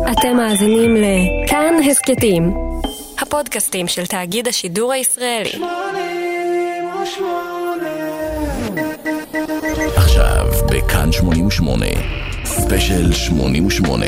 אתם מאזינים לכאן הסקטים, הפודקאסטים של תאגיד השידור הישראלי. עכשיו בכאן 88, ספיישל 88.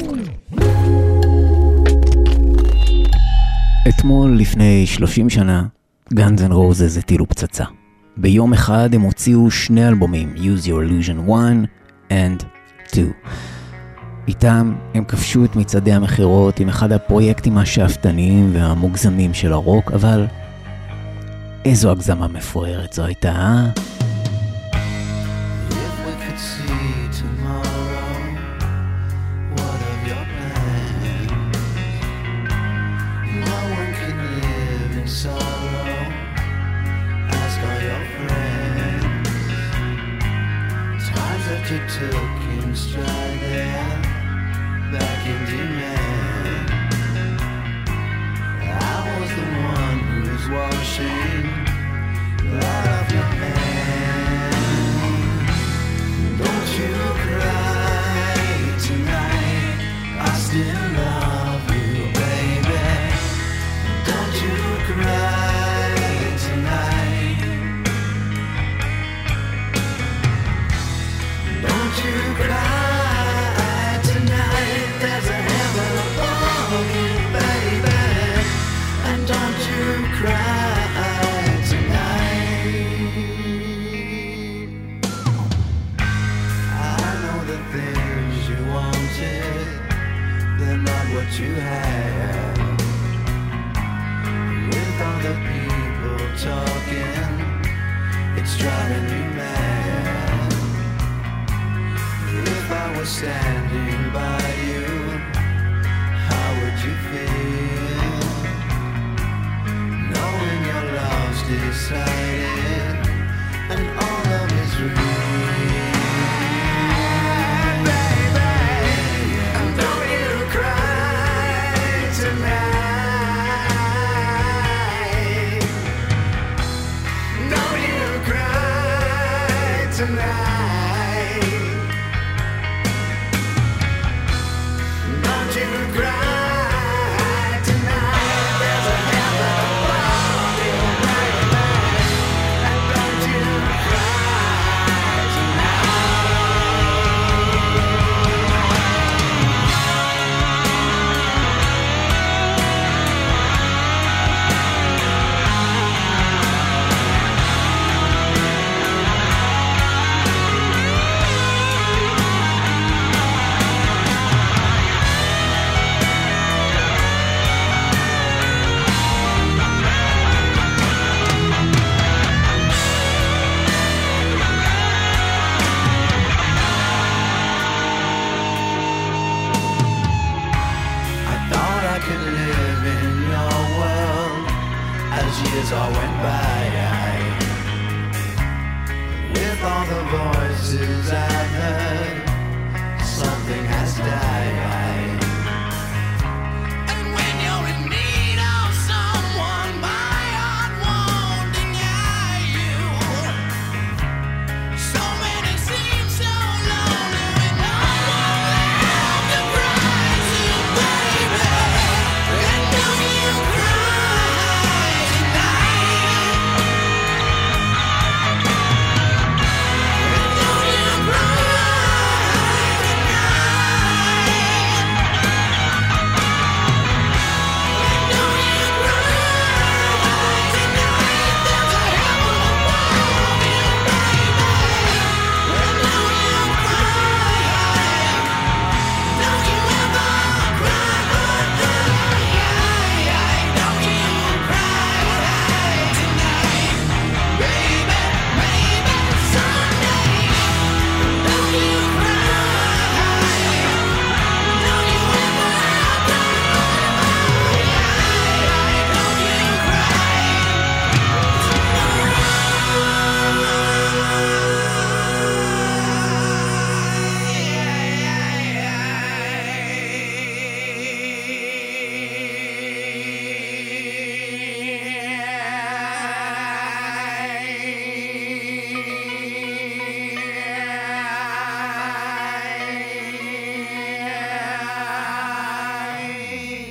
אתמול לפני 30 שנה, Guns N' Roses הטילו פצצה. ביום אחד הם הוציאו 2 אלבומים, Use Your Illusion 1 and 2. איתם הם כבשו את מצעדי המחירות עם אחד הפרויקטים השאפתניים והמוגזמים של הרוק, אבל איזו הגזמה מפוארת זו הייתה, Cry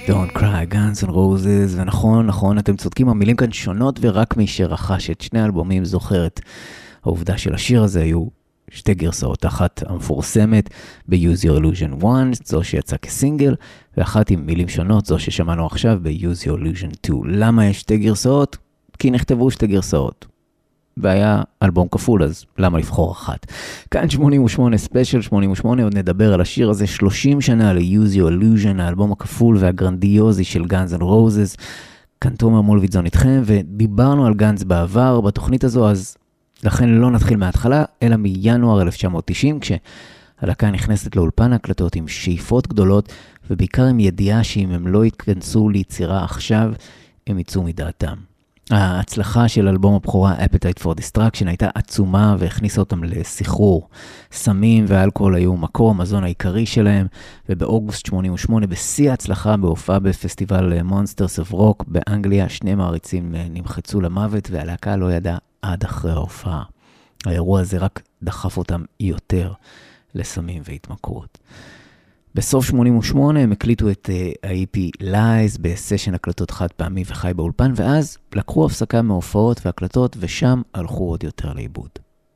Don't Cry, Guns N' Roses, ונכון, אתם צודקים, המילים כאן שונות, ורק מי שרכש את שני האלבומים זוכר את העובדה של השיר הזה. היו שתי גרסאות, אחת המפורסמת ב-Use Your Illusion 1, זו שיצא כסינגל, ואחת עם מילים שונות, זו ששמענו עכשיו ב-Use Your Illusion 2. למה יש שתי גרסאות? כי נכתבו שתי גרסאות. והיה אלבום כפול, אז למה לבחור אחת? כאן 88, ספיישל 88, עוד נדבר על השיר הזה 30 שנה ל-Use Your Illusion, האלבום הכפול והגרנדיוזי של Guns N' Roses. כאן תומר מולביטזון איתכם, ודיברנו על גאנז בעבר בתוכנית הזו, אז לכן לא נתחיל מההתחלה, אלא מינואר 1990, כשהלהקה נכנסת לאולפן ההקלטות עם שאיפות גדולות, ובעיקר עם ידיעה שאם הם לא יתכנסו ליצירה עכשיו, הם יצאו מדעתם. ההצלחה של אלבום הבכורה Appetite for Destruction הייתה עצומה והכניסה אותם לסחרור. סמים ואלכוהול היו מקור המזון העיקרי שלהם, ובאוגוסט 88 בשיא ההצלחה בהופעה בפסטיבל Monsters of Rock באנגליה, שני מעריצים נמחצו למוות והלהקה לא ידעה עד אחרי ההופעה. האירוע הזה רק דחף אותם יותר לסמים והתמכרות. בסוף 88 הם הקליטו את ה-EP Lies בסשן הקלטות חד פעמי וחי באולפן, ואז לקחו הפסקה מהופעות והקלטות, ושם הלכו עוד יותר לאיבוד.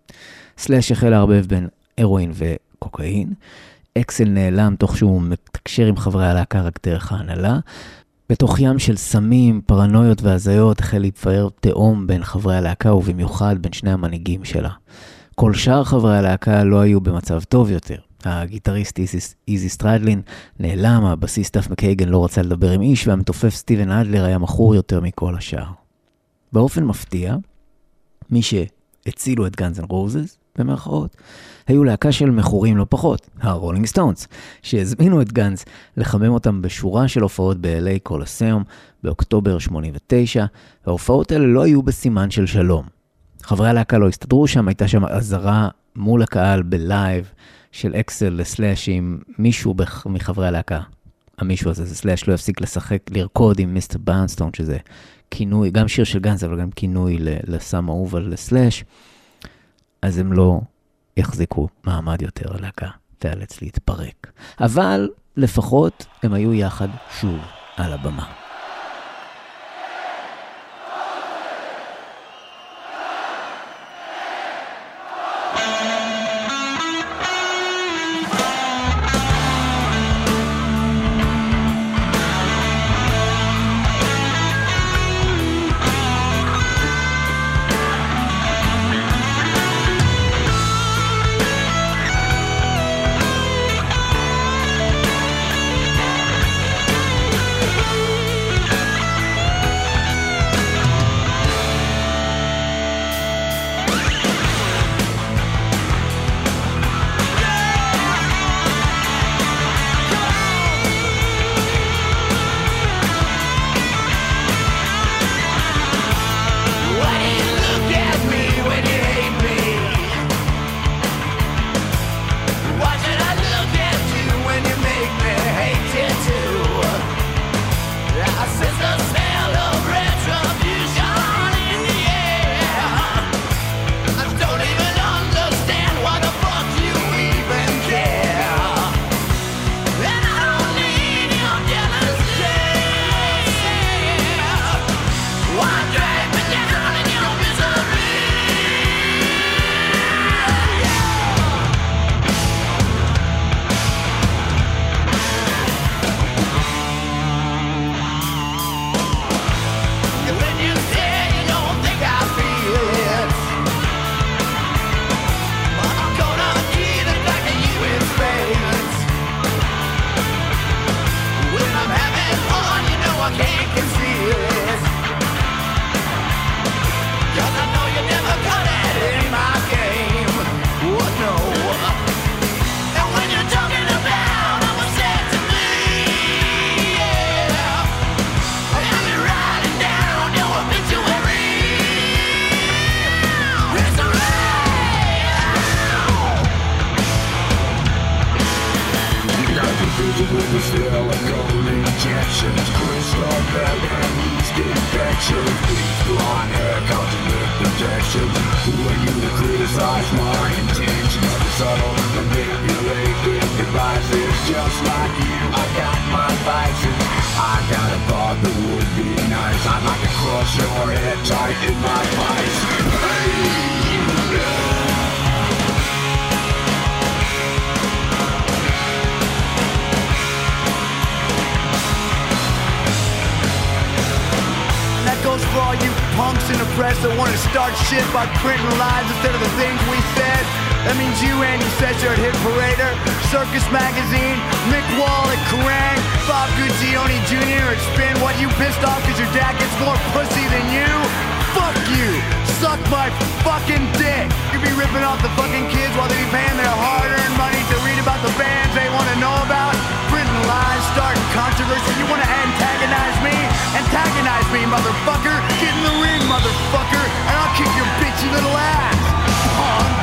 סלאש החל להרבב בין הרואין וקוקאין, אקסל נעלם תוך שהוא מתקשר עם חברי הלהקה רק דרך ההנהלה, בתוך ים של סמים, פרנויות והזיות החל להתפאר תאום בין חברי הלהקה, ובמיוחד בין שני המנהיגים שלה. כל שאר חברי הלהקה לא היו במצב טוב יותר. הגיטריסט איזי סטרדלין נעלם, הבסיסט דף מקייגן לא רצה לדבר עם איש, והמתופף סטיבן אדלר היה מכור יותר מכל השאר. באופן מפתיע, מי שהצילו את גאנז אנד רוזס, במרכאות, היו להקה של מכורים לא פחות, הרולינג סטונס, שהזמינו את גאנז לחמם אותם בשורה של הופעות ב-LA קולוסיאום באוקטובר 89, וההופעות האלה לא היו בסימן של שלום. חברי הלהקה לא הסתדרו שם, הייתה שם עזרה מול הקהל בלייב, של אקסל לסלאש עם מישהו מחברי הלהקה. המישהו הזה, זה סלאש לא יפסיק לשחק, לרקוד עם מיסטר ברנסטון, שזה כינוי, גם שיר של גאנז, אבל גם כינוי לסם אהוב על לסלאש. אז הם לא יחזיקו מעמד יותר הלהקה, תיאלץ להתפרק. אבל לפחות הם היו יחד שוב על הבמה. Just like you, I got my vices. I got a thought that would be nice. I'd like to crush your head tight in my vice. That goes for all you punks in the press that want to start shit by printing lies instead of the things we said. That means you, Andy Sesser at Hit Parader, Circus Magazine, Mick Wall at Kerrang, Bob Guccione Jr. at Spin. What, you pissed off because your dad gets more pussy than you? Fuck you! Suck my fucking dick! You be ripping off the fucking kids while they be paying their hard-earned money to read about the bands they want to know about? Printing lies, starting controversy. You want to antagonize me? Antagonize me, motherfucker! Get in the ring, motherfucker! And I'll kick your bitchy little ass! Punk!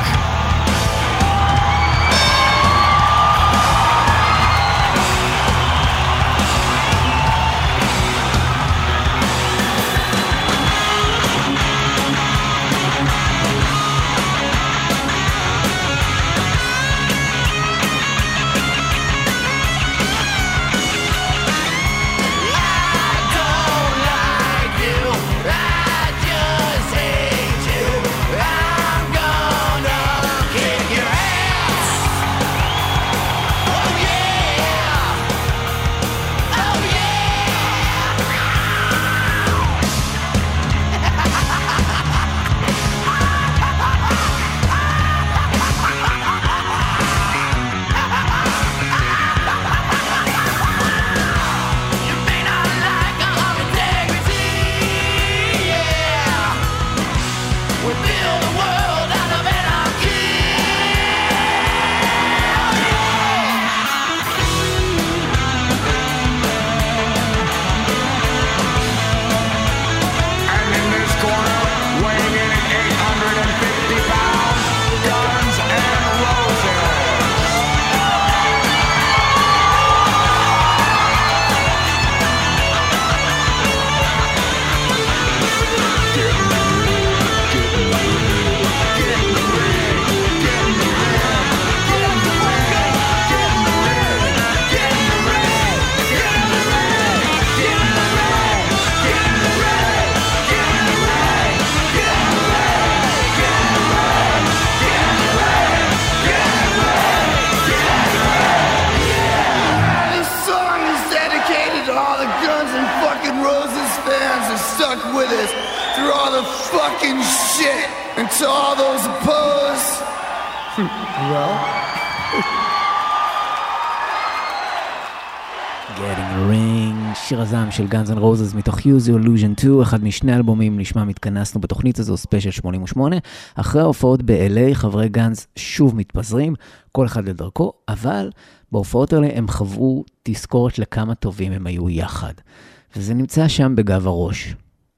שיר הזעם של Guns N' Roses מתוך Use Your Illusion 2, אחד משני אלבומים לשמם התכנסנו בתוכנית הזו, ספיישל 88. אחרי ההופעות ב-LA חברי גאנז שוב מתפזרים, כל אחד לדרכו, אבל בהופעות האלה הם חוו תזכורת לכמה טובים הם היו יחד. וזה נמצא שם בגב הראש.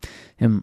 הם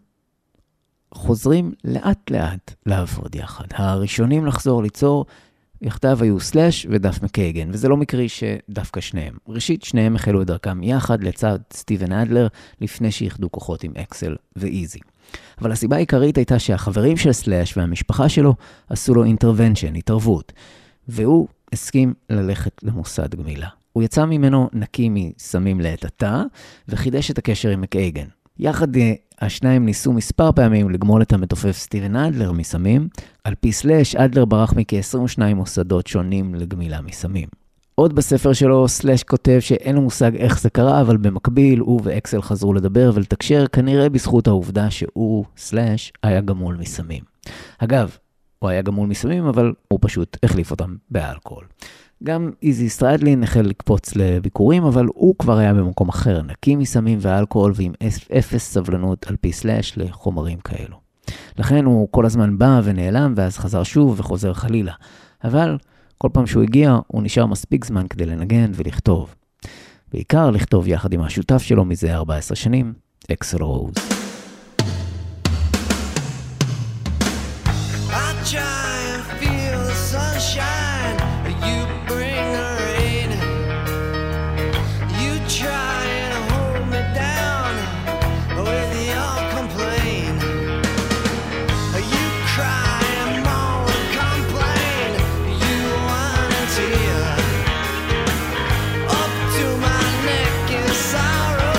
חוזרים לאט לאט לעבוד יחד. הראשונים לחזור ליצור יחדיו היו סלאש ודף מקייגן, וזה לא מקרי שדווקא שניהם. ראשית, שניהם החלו את דרכם יחד לצד סטיבן אדלר, לפני שיחדו כוחות עם אקסל ואיזי. אבל הסיבה העיקרית הייתה שהחברים של סלאש והמשפחה שלו עשו לו אינטרוונשן, התערבות, והוא הסכים ללכת למוסד גמילה. הוא יצא ממנו נקי מסמים לעת עתה, וחידש את הקשר עם מקייגן. יחד השניים ניסו מספר פעמים לגמול את המתופף סטיבן אדלר מסמים. על פי סלאש, אדלר ברח מכ-22 מוסדות שונים לגמילה מסמים. עוד בספר שלו, סלאש כותב שאין לו מושג איך זה קרה, אבל במקביל הוא ואקסל חזרו לדבר ולתקשר, כנראה בזכות העובדה שהוא, סלאש, היה גמול מסמים. אגב, הוא היה גמול מסמים, אבל הוא פשוט החליף אותם באלכוהול. גם איזי סטרדלין החל לקפוץ לביקורים, אבל הוא כבר היה במקום אחר, נקי מסמים ואלכוהול ועם אפס סבלנות על פי סלאש לחומרים כאלו. לכן הוא כל הזמן בא ונעלם ואז חזר שוב וחוזר חלילה. אבל כל פעם שהוא הגיע הוא נשאר מספיק זמן כדי לנגן ולכתוב. בעיקר לכתוב יחד עם השותף שלו מזה 14 שנים, אקסל רוז. Sorrow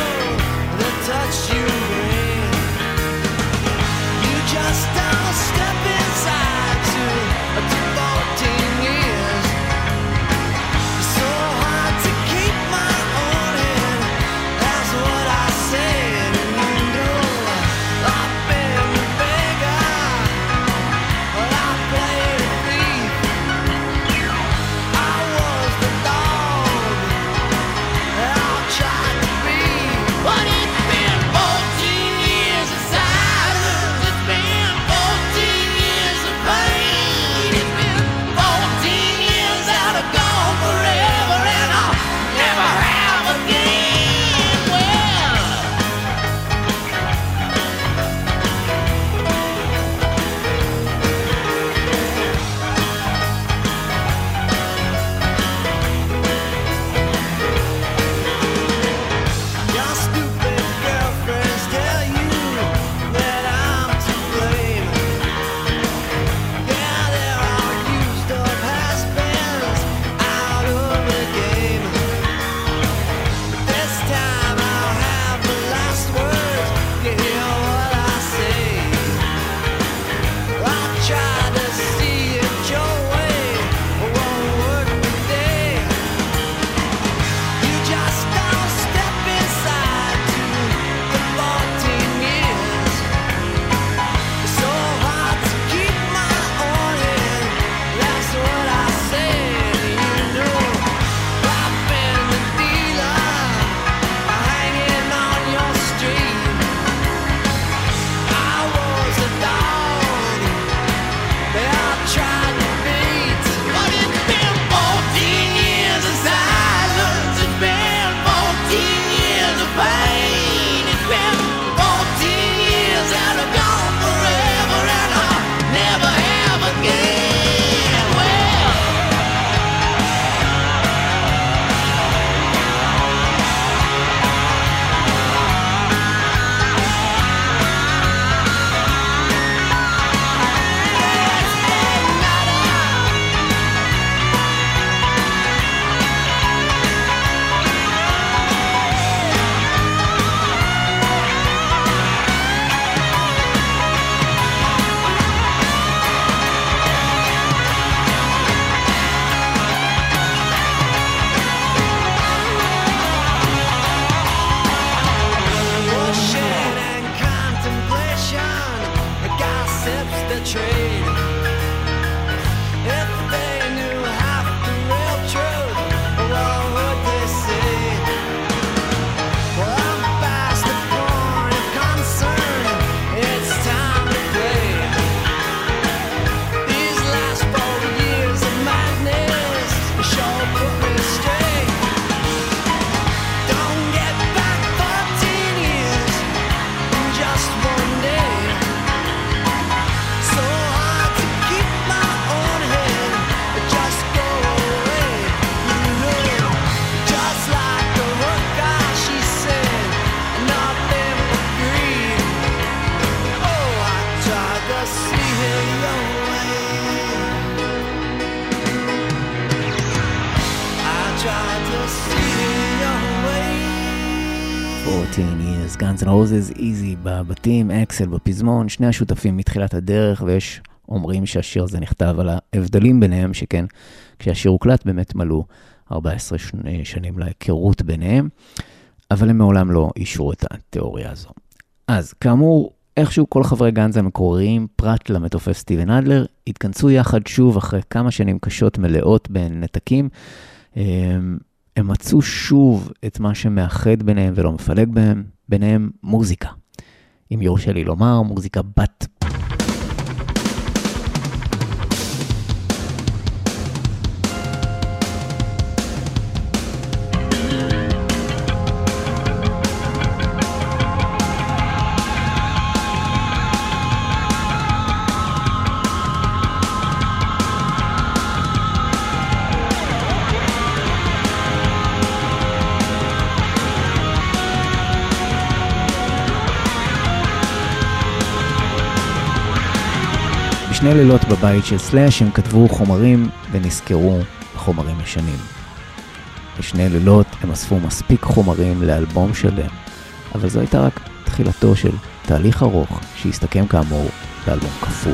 years, Guns N' Roses, Easy בבתים, אקסל בפזמון, שני השותפים מתחילת הדרך, ויש אומרים שהשיר הזה נכתב על ההבדלים ביניהם, שכן כשהשיר הוקלט באמת מלאו 14 שנים להיכרות ביניהם, אבל הם מעולם לא אישרו את התיאוריה הזו. אז כאמור, איכשהו כל חברי גאנז המקוריים, פרט למתופף סטיבן אדלר, התכנסו יחד שוב אחרי כמה שנים קשות מלאות בין נתקים. הם מצאו שוב את מה שמאחד ביניהם ולא מפלג ביניהם מוזיקה. אם יורשה לי לומר, מוזיקה בת. בשני לילות בבית של סלאש הם כתבו חומרים ונזכרו חומרים ישנים. בשני לילות הם אספו מספיק חומרים לאלבום שלם, אבל זו הייתה רק תחילתו של תהליך ארוך שהסתכם כאמור באלבום כפול.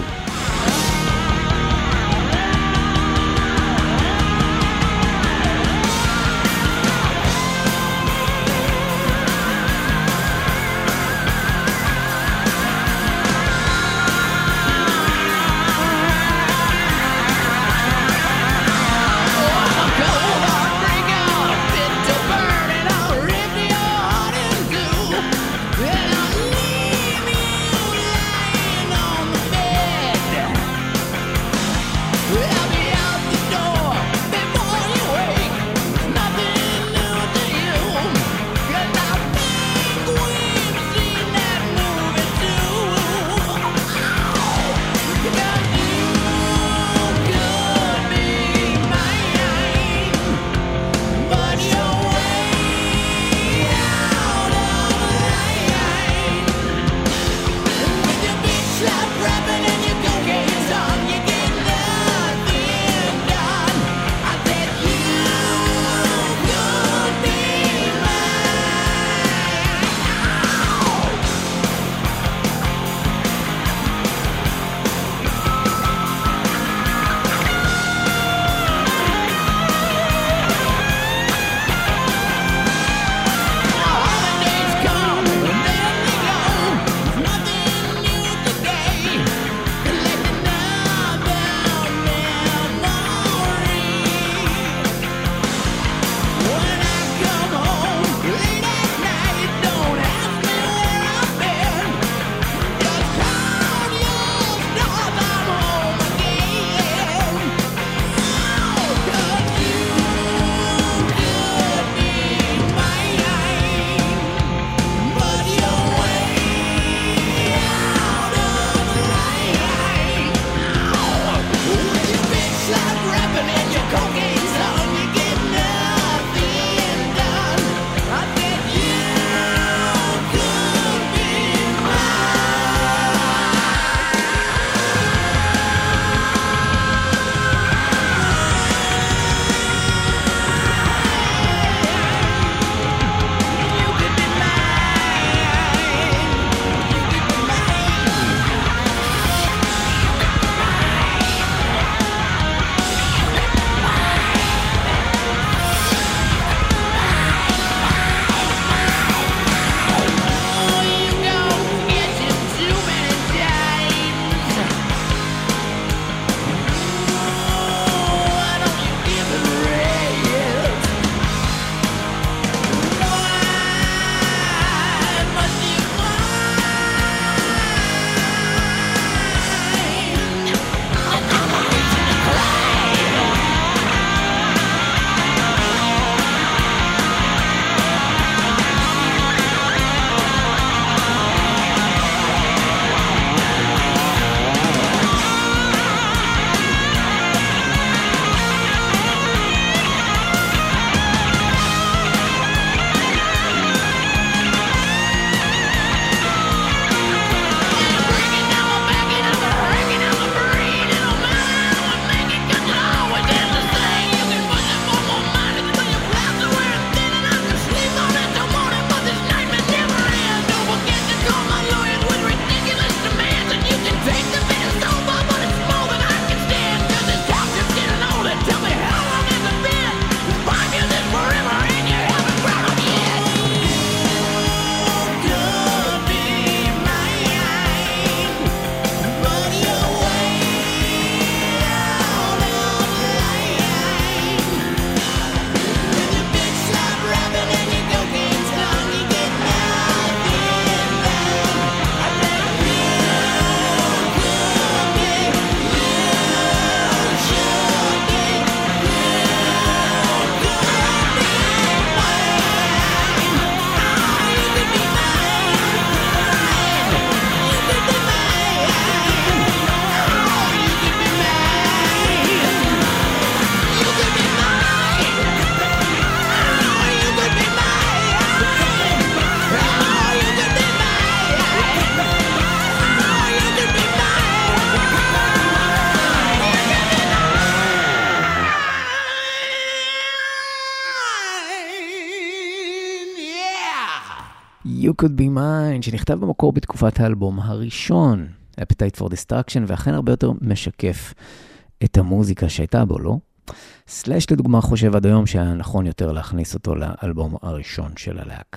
You Could Be Mine, שנכתב במקור בתקופת האלבום הראשון, Appetite for Destruction, ואכן הרבה יותר משקף את המוזיקה שהייתה בו, לא? סלאש לדוגמה חושב עד היום שהיה נכון יותר להכניס אותו לאלבום הראשון של הלהקה.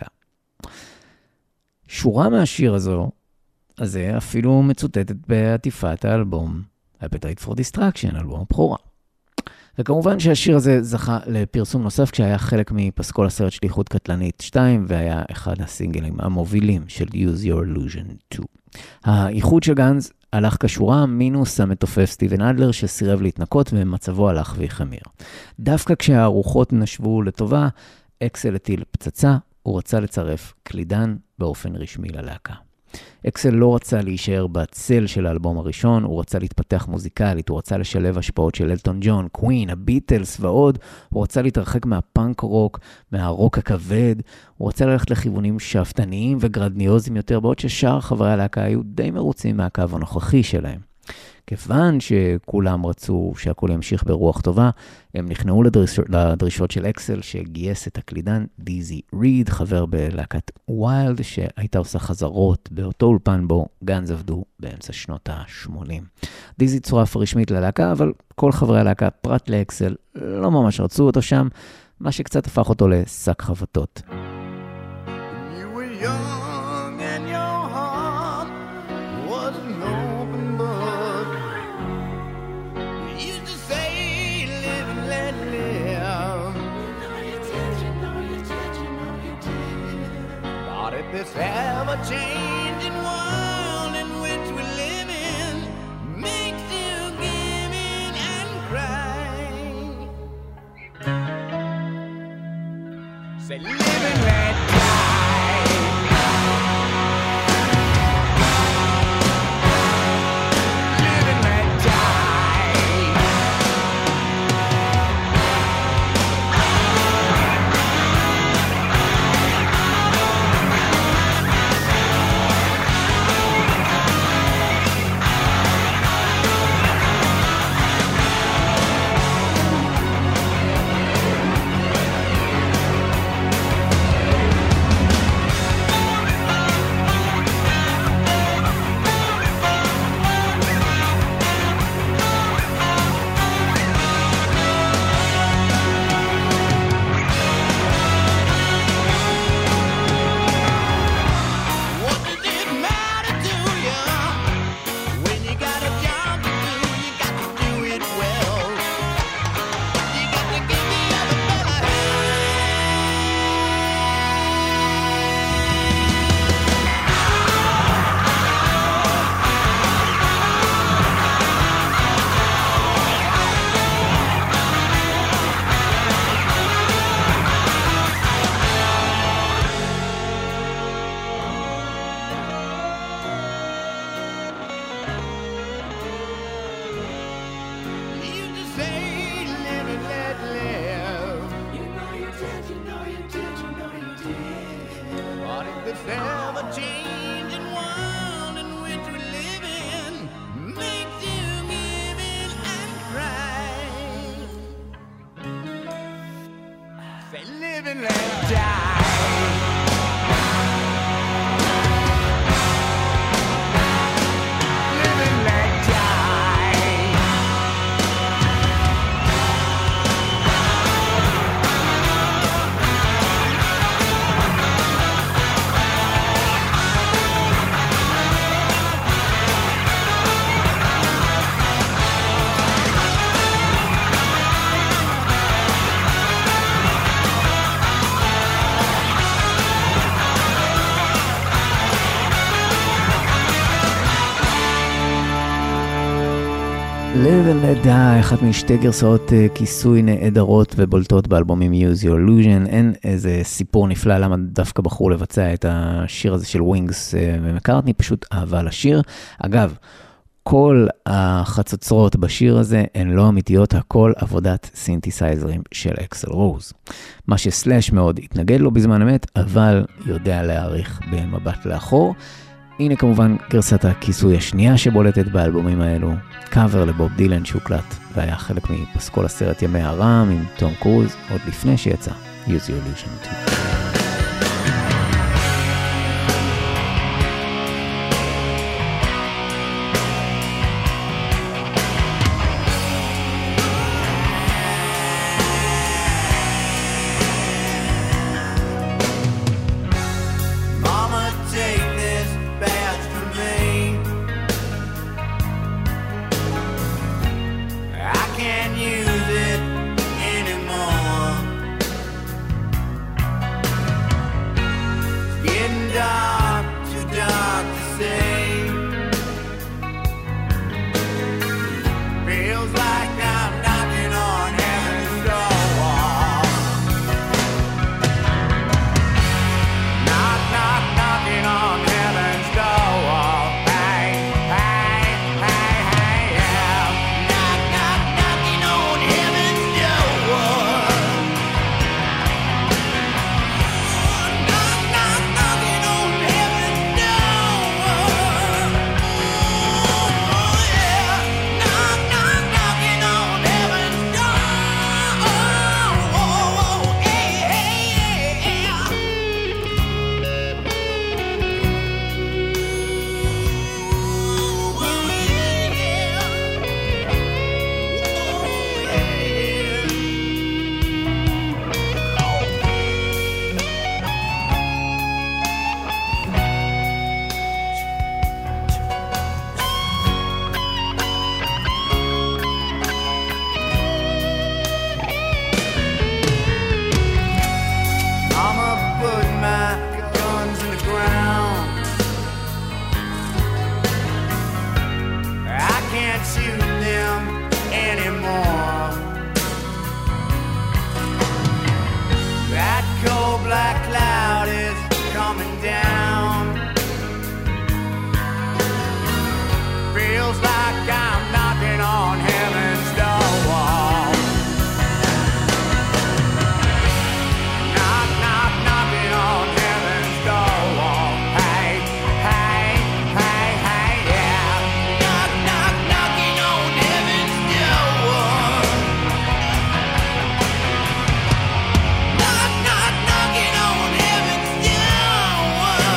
שורה מהשיר הזה אפילו מצוטטת בעטיפת האלבום Appetite for Destruction, אלבום הבכורה. וכמובן שהשיר הזה זכה לפרסום נוסף כשהיה חלק מפסקול הסרט שליחות קטלנית 2, והיה אחד הסינגלים המובילים של Use Your Illusion 2. האיחוד של גאנז הלך כשורה מינוס המתופף סטיבן אדלר שסירב להתנקות ומצבו הלך והחמיר. דווקא כשהרוחות נשבו לטובה, אקסל הטיל פצצה, הוא רצה לצרף קלידן באופן רשמי ללהקה. אקסל לא רצה להישאר בצל של האלבום הראשון, הוא רצה להתפתח מוזיקלית, הוא רצה לשלב השפעות של אלטון ג'ון, קווין, הביטלס ועוד, הוא רצה להתרחק מהפאנק רוק, מהרוק הכבד, הוא רצה ללכת לכיוונים שאפתניים וגרנדיוזיים יותר, בעוד ששאר חברי הלהקה היו די מרוצים מהקו הנוכחי שלהם. כיוון שכולם רצו שהכל ימשיך ברוח טובה, הם נכנעו לדרישות של אקסל שגייס את הקלידן דיזי ריד, חבר בלהקת ווילד, שהייתה עושה חזרות באותו אולפן בו גאנז עבדו באמצע שנות ה-80. דיזי צורף רשמית ללהקה, אבל כל חברי הלהקה פרט לאקסל לא ממש רצו אותו שם, מה שקצת הפך אותו לשק חבטות. This ever-changing world in which we live in makes you give in and cry. Say, live and let die. Live and let die. Live and Let Die, אחת משתי גרסאות כיסוי נהדרות ובולטות באלבומים Use Your Illusion. אין איזה סיפור נפלא למה דווקא בחרו לבצע את השיר הזה של ווינגס ומקארטני, פשוט אהבה לשיר. אגב, כל החצוצרות בשיר הזה הן לא אמיתיות, הכל עבודת סינתסייזרים של אקסל רוז. מה שסלאש מאוד התנגד לו בזמן אמת, אבל יודע להעריך במבט לאחור. הנה כמובן גרסת הכיסוי השנייה שבולטת באלבומים האלו, קאבר לבוב דילן שהוקלט והיה חלק מפסקול הסרט ימי הרעם עם תום קרוז עוד לפני שיצא Use Your Illusion 2. coming down. Feels like I'm knocking on heaven's door wall. Knock, knock, knocking on heaven's door wall. Hey, hey, hey, hey, yeah. Knock, knock, knocking on heaven's door wall. Knock, knock, knocking on heaven's door wall.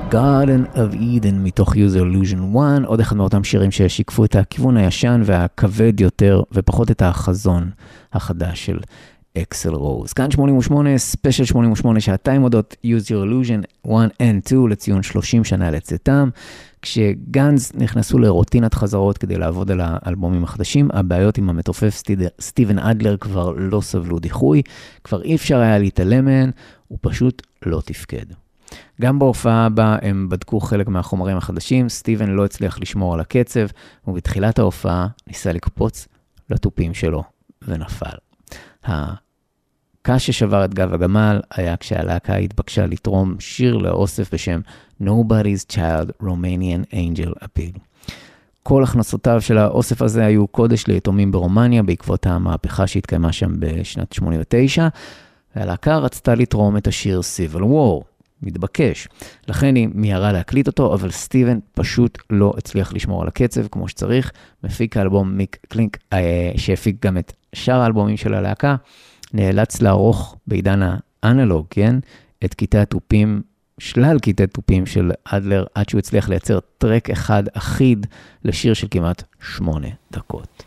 Garden of Eden מתוך Use Your Illusion 1, עוד אחד מאותם שירים ששיקפו את הכיוון הישן והכבד יותר ופחות את החזון החדש של אקסל רוז. כאן 88, ספיישל 88, שעתיים הודות Use Your Illusion 1 and 2 לציון 30 שנה לצאתם. כשגאנז נכנסו לרוטינת חזרות כדי לעבוד על האלבומים החדשים, הבעיות עם המתופף סטיבן אדלר כבר לא סבלו דיחוי, כבר אי אפשר היה להתעלם מהן, הוא פשוט לא תפקד. גם בהופעה הבאה הם בדקו חלק מהחומרים החדשים, סטיבן לא הצליח לשמור על הקצב, ובתחילת ההופעה ניסה לקפוץ לטופים שלו ונפל. הקש ששבר את גב הגמל היה כשהלהקה התבקשה לתרום שיר לאוסף בשם Nobody's Child Romanian Angel Appeal. כל הכנסותיו של האוסף הזה היו קודש ליתומים ברומניה בעקבות המהפכה שהתקיימה שם בשנת 89, והלהקה רצתה לתרום את השיר Civil War. מתבקש. לכן היא מיהרה להקליט אותו, אבל סטיבן פשוט לא הצליח לשמור על הקצב כמו שצריך. מפיק האלבום מיק קלינק, שהפיק גם את שאר האלבומים של הלהקה, נאלץ לערוך בעידן האנלוג, כן? את קטעי התופים, שלל קטעי תופים של אדלר, עד שהוא הצליח לייצר טרק אחד אחיד לשיר של כמעט 8 דקות.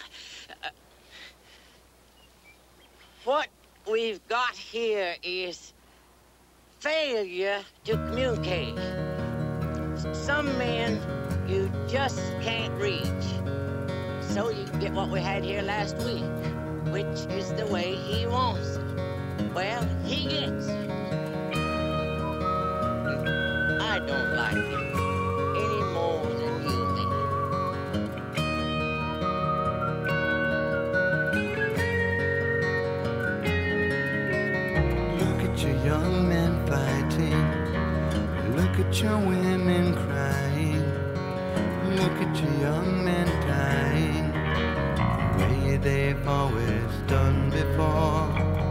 What we've got here is failure to communicate. Some men you just can't reach. So you get what we had here last week, which is the way he wants it. Well, he gets it. I don't like it any more than you may. Look at your young men fighting. Look at your women crying. Look at your young men dying the way they've always done before.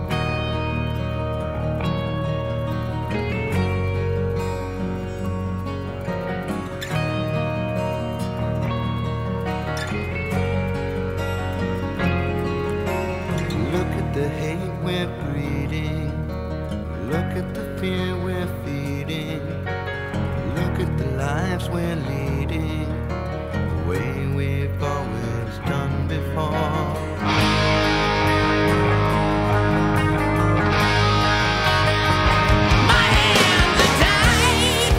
Look at the hate we're breeding. Look at the fear we're feeding. Look at the lives we're leading, the way we've always done before. My hands are tied.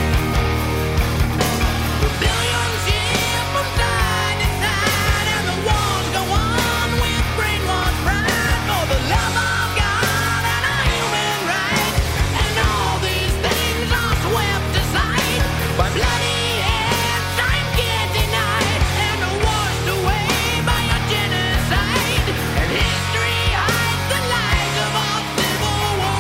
The billions ship from side to side, and the wars go on with brainwashed pride for the love of God and a human right. And all these things are swept aside by bloody hands time can't deny, and are washed away by a genocide. And history hides the lies of our civil war.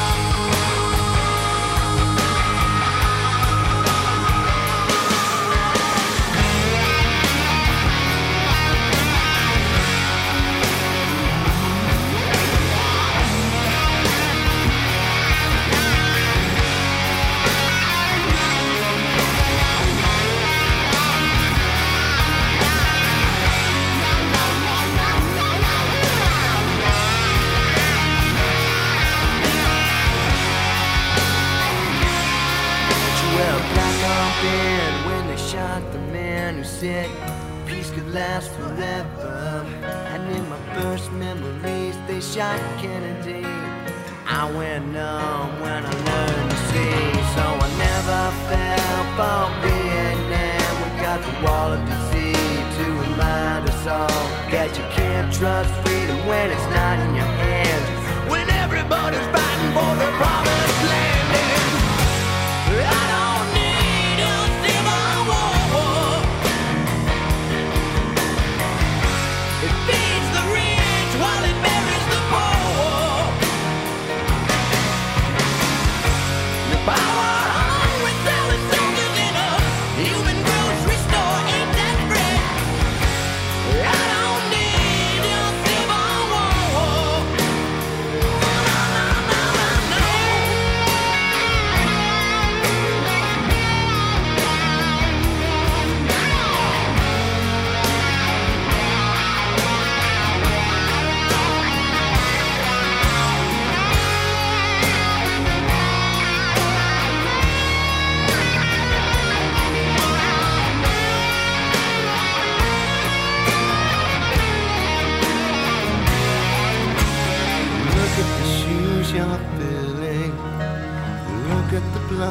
Well, black on bed when they shot the man who said peace could last forever. And in my first memories, they shot Kennedy. I went numb when I learned to see, so I never fell for Vietnam. We got the wall of disease to remind us all that you can't trust freedom when it's not in your hands. When everybody's fighting for the promised land. I don't need a civil war. It feeds the rich while it buries the poor. The power hungry selling soldiers in a human grocery store ain't that bread. I don't need a civil war. No, no, no, no, no.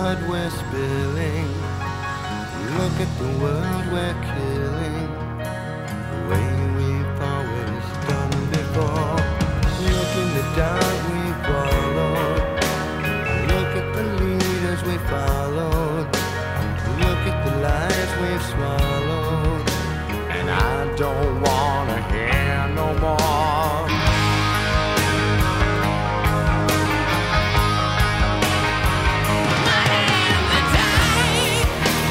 blood we're spilling. Look at the world we're killing, the way we've always done before. Look in the dark we followed. Look at the leaders we followed. Look at the lies we've swallowed. And I don't wanna hear no more. My hands are tied.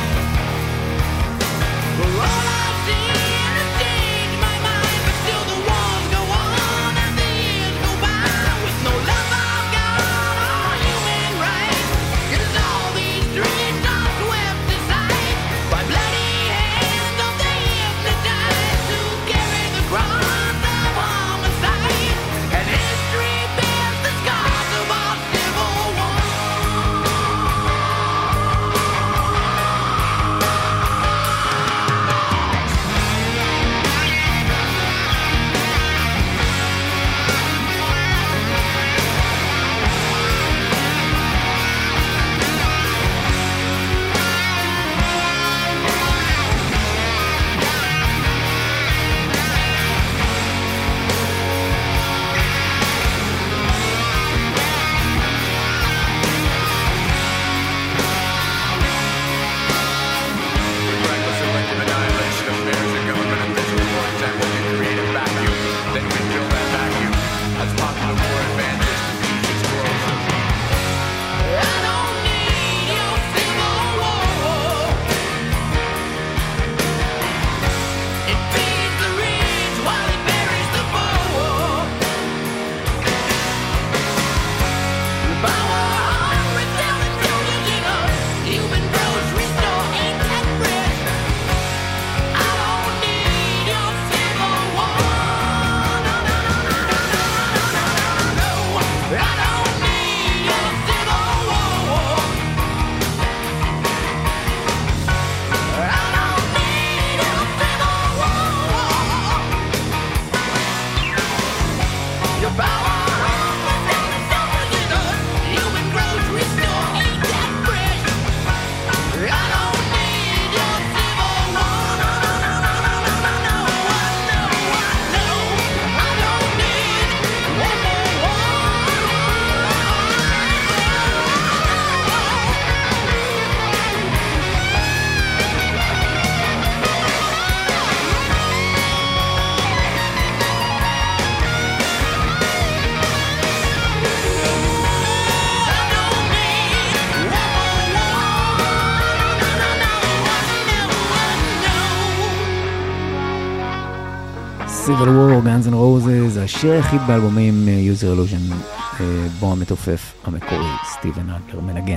For all I've seen has changed my mind, but still the wars go on and the years go by with no love of God or human rights. 'Cause all these dreams are swept aside by bloody hands of the hypnotized who carry the cross of homicide. And history bears the scars of our civil war. Reckless elective annihilation of mayors and government officials, for example, can create a vacuum, then can fill that vacuum as popular war advances to peace explosion. I don't need your civil war. It feeds the rich while it buries the poor. The power hungry selling soldiers in a human grocery store ain't that fresh. I don't need your civil war. No, no, no, no, no, no, no, no, no. I don't need your civil war. I don't need your civil war. Your power hungry selling soldiers in a human grocery store ain't that fresh. I don't need your civil war. No, no, no, no, no, no, no, no. I know. I don't need one more war. Civil War, Guns N' Roses, השיר היחיד באלבומים Use Your Illusion, בו המתופף המקורי, סטיבן אדלר מנגן.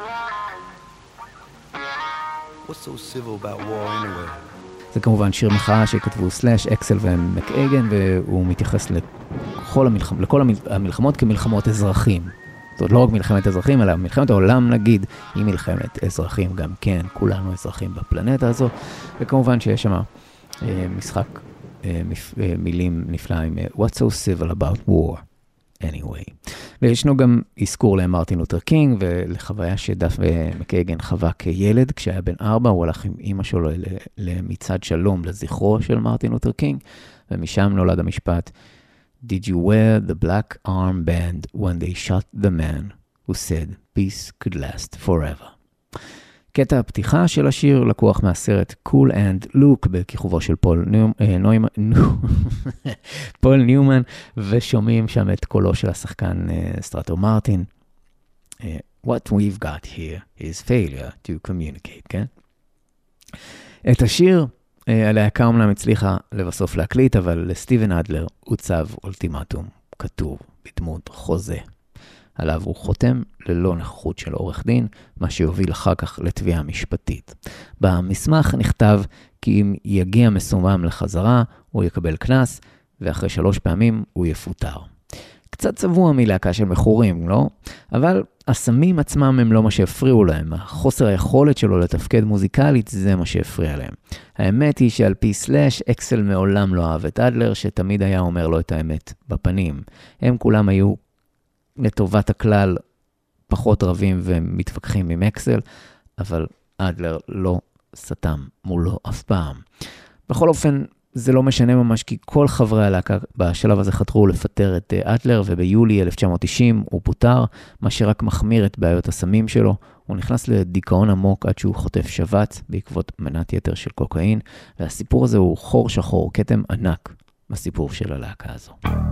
What's so civil about war anyway? זה כמובן שיר מחאה שכתבו סלאש, אקסל ומקאגן, והוא מתייחס לכל המלחמות כמלחמות אזרחים. זאת אומרת, לא רק מלחמת אזרחים, אלא מלחמת העולם נגיד, היא מלחמת אזרחים גם כן, כולנו אזרחים בפלנטה הזו, וכמובן שיש שם משחק מילים נפלאים, What's so civil about war anyway. וישנו גם אזכור למרטין לותר קינג, ולחוויה שדף ומקאגן חווה כילד, כשהיה בן 4, הוא הלך עם אמא שלו למצעד שלום לזכרו של מרטין לותר קינג, ומשם נולד המשפט, Did you wear the black armband when they shot the man who said peace could last forever? קטע הפתיחה של השיר לקוח מהסרט Cool and Luke בכיכובו של פול ניומן, ושומעים שם את קולו של השחקן סטרטו מרטין. What we've got here is failure to communicate, כן? את השיר הלהקה אומנם הצליחה לבסוף להקליט, אבל לסטיבן אדלר הוצב אולטימטום כתוב בדמות חוזה. עליו הוא חותם ללא נוכחות של עורך דין, מה שיוביל אחר כך לתביעה משפטית. במסמך נכתב כי אם יגיע מסומם לחזרה, הוא יקבל קנס, ואחרי 3 פעמים הוא יפוטר. קצת צבוע מלהקה של מכורים, לא? אבל הסמים עצמם הם לא מה שהפריעו להם. החוסר היכולת שלו לתפקד מוזיקלית זה מה שהפריע להם. האמת היא שעל פי סלאש, אקסל מעולם לא אהב את אדלר, שתמיד היה אומר לו את האמת בפנים. הם כולם היו לטובת הכלל פחות רבים ומתווכחים עם אקסל, אבל אדלר לא סתם מולו אף פעם. בכל אופן, זה לא משנה ממש, כי כל חברי הלהקה בשלב הזה חתרו לפטר את אדלר, וביולי 1990 הוא פוטר, מה שרק מחמיר את בעיות הסמים שלו. הוא נכנס לדיכאון עמוק עד שהוא חוטף שבץ בעקבות מנת יתר של קוקאין, והסיפור הזה הוא חור שחור, כתם ענק בסיפור של הלהקה הזו.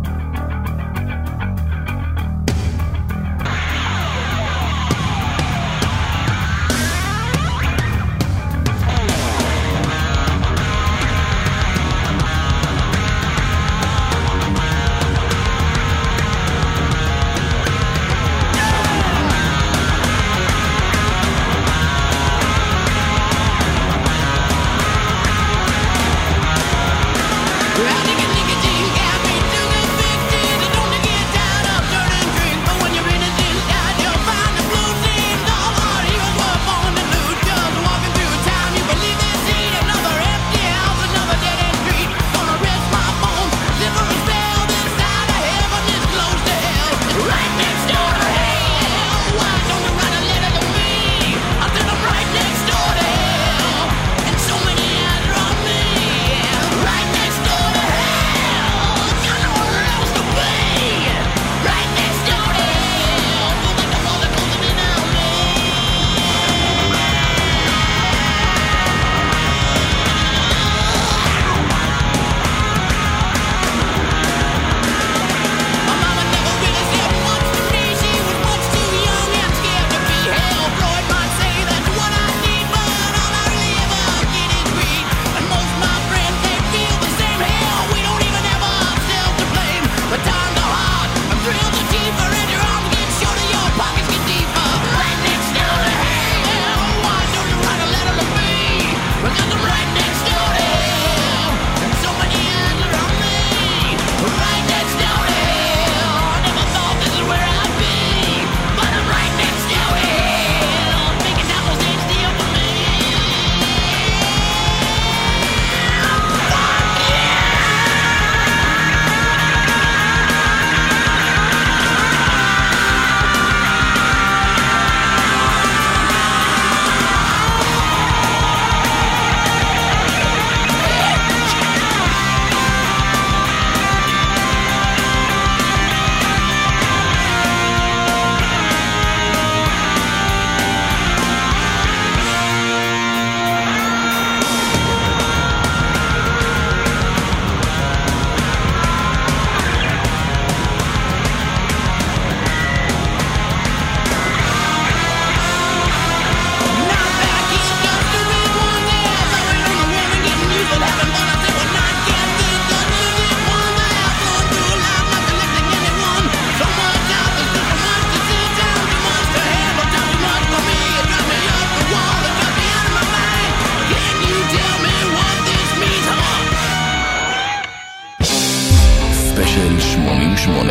ספיישל 88,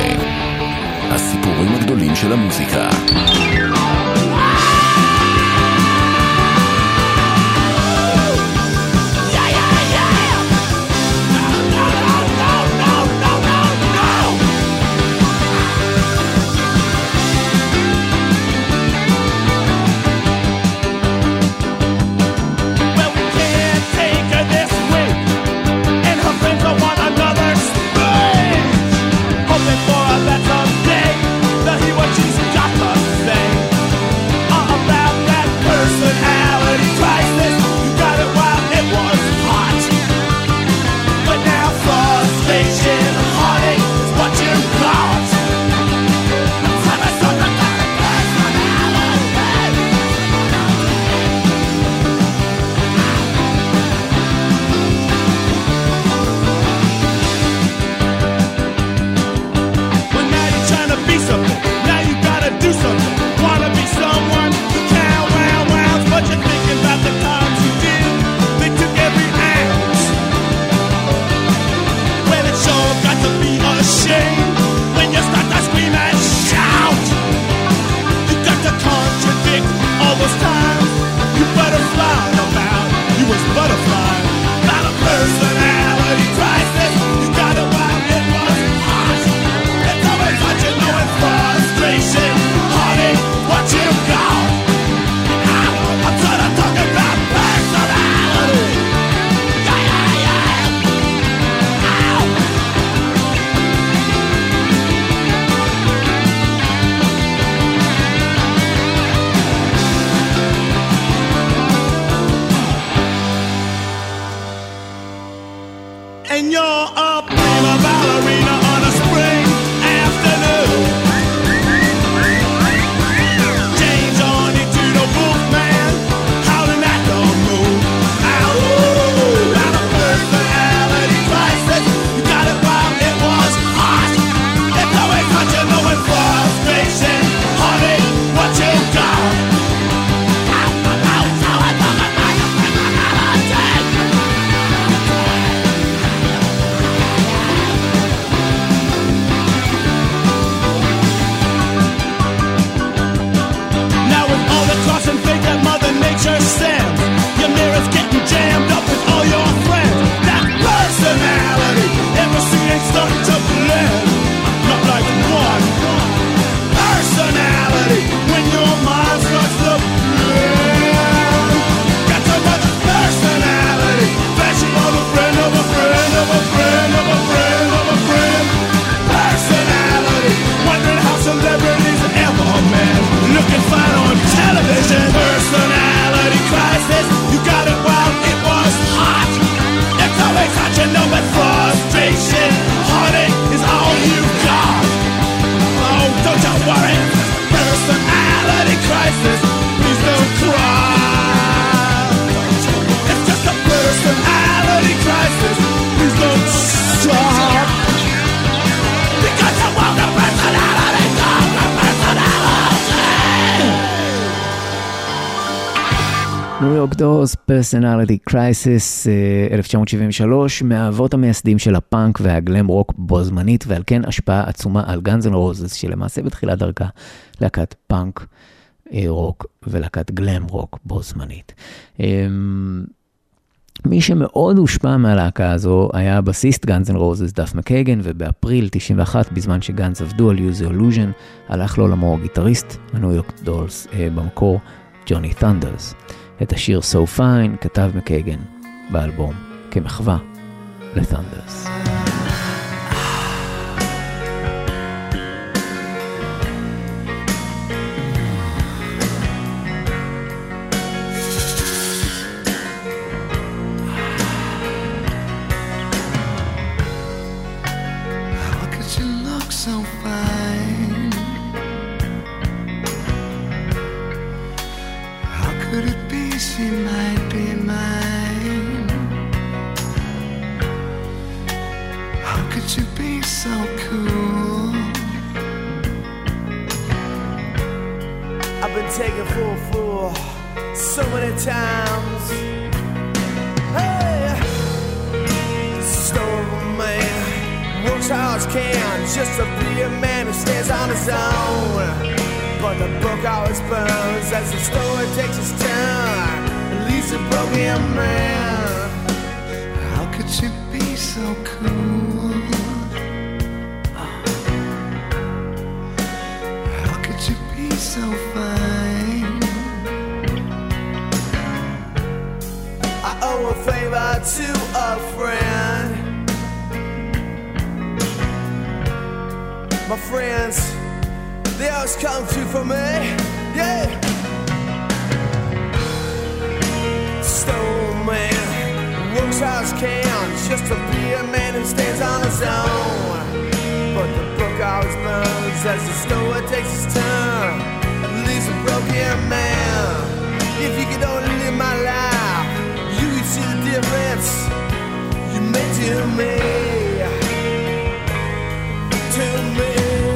הסיפורים הגדולים של המוזיקה. Hoping for a better day, that he what she's got to say. and you're a prima ballerina on a spring afternoon. Change on into the Wolfman, howling at the moon. Ow, out of personality crisis, you got it while it was hot. It's always hot, you know, in frustration, honey, what you got? Sends. Your mirror's getting jammed up with all your friends. That personality, everything ain't starting to blend. Not like one personality when your mind starts to blend. Got so much personality, flashing on a friend of a friend of a friend of a friend of a friend. Personality, wondering how celebrities ever met. Looking fine on television. Personality crisis, you got it while it was hot. It's always hot, you know, but frustration, heartache is all you got. Oh, don't you worry, personality crisis, please don't cry. It's just a personality crisis, please don't stop. Because you want the personality, not the personality. ניו יורק דורס, פרסונליטי קרייסיס, 1973, מהאבות המייסדים של הפאנק והגלם רוק בו זמנית, ועל כן השפעה עצומה על גאנז אנד רוזס, שלמעשה בתחילת דרכה להקת פאנק רוק ולהקת גלם רוק בו זמנית. מי שמאוד הושפע מהלהקה הזו היה הבסיסט גאנז אנד רוזס דף מקייגן, ובאפריל 91, בזמן שגאנז עבדו על Use Your Illusion, הלך לעולמו גיטריסט הניו יורק דורס, במקור ג'וני ת'נדרס. את השיר So Fine כתב מקייגן באלבום כמחווה לת'נדרס. How could you look so fine? How could it be she might be mine? How could you be so cool? I've been taken for a fool so many times. Hey, stone man works hard as can just to be a man who stands on his own. But the book always burns as the story takes its turn and leaves a broken man. How could you be so cool? How could you be so fine? I owe a favor to a friend. My friends, they always come through for me, yeah. Stone man works hard as can just to be a man who stands on his own. But the book always burns as the story takes its turn and leaves a broken man. If you could only live my life, you would see the difference you made to me. To me.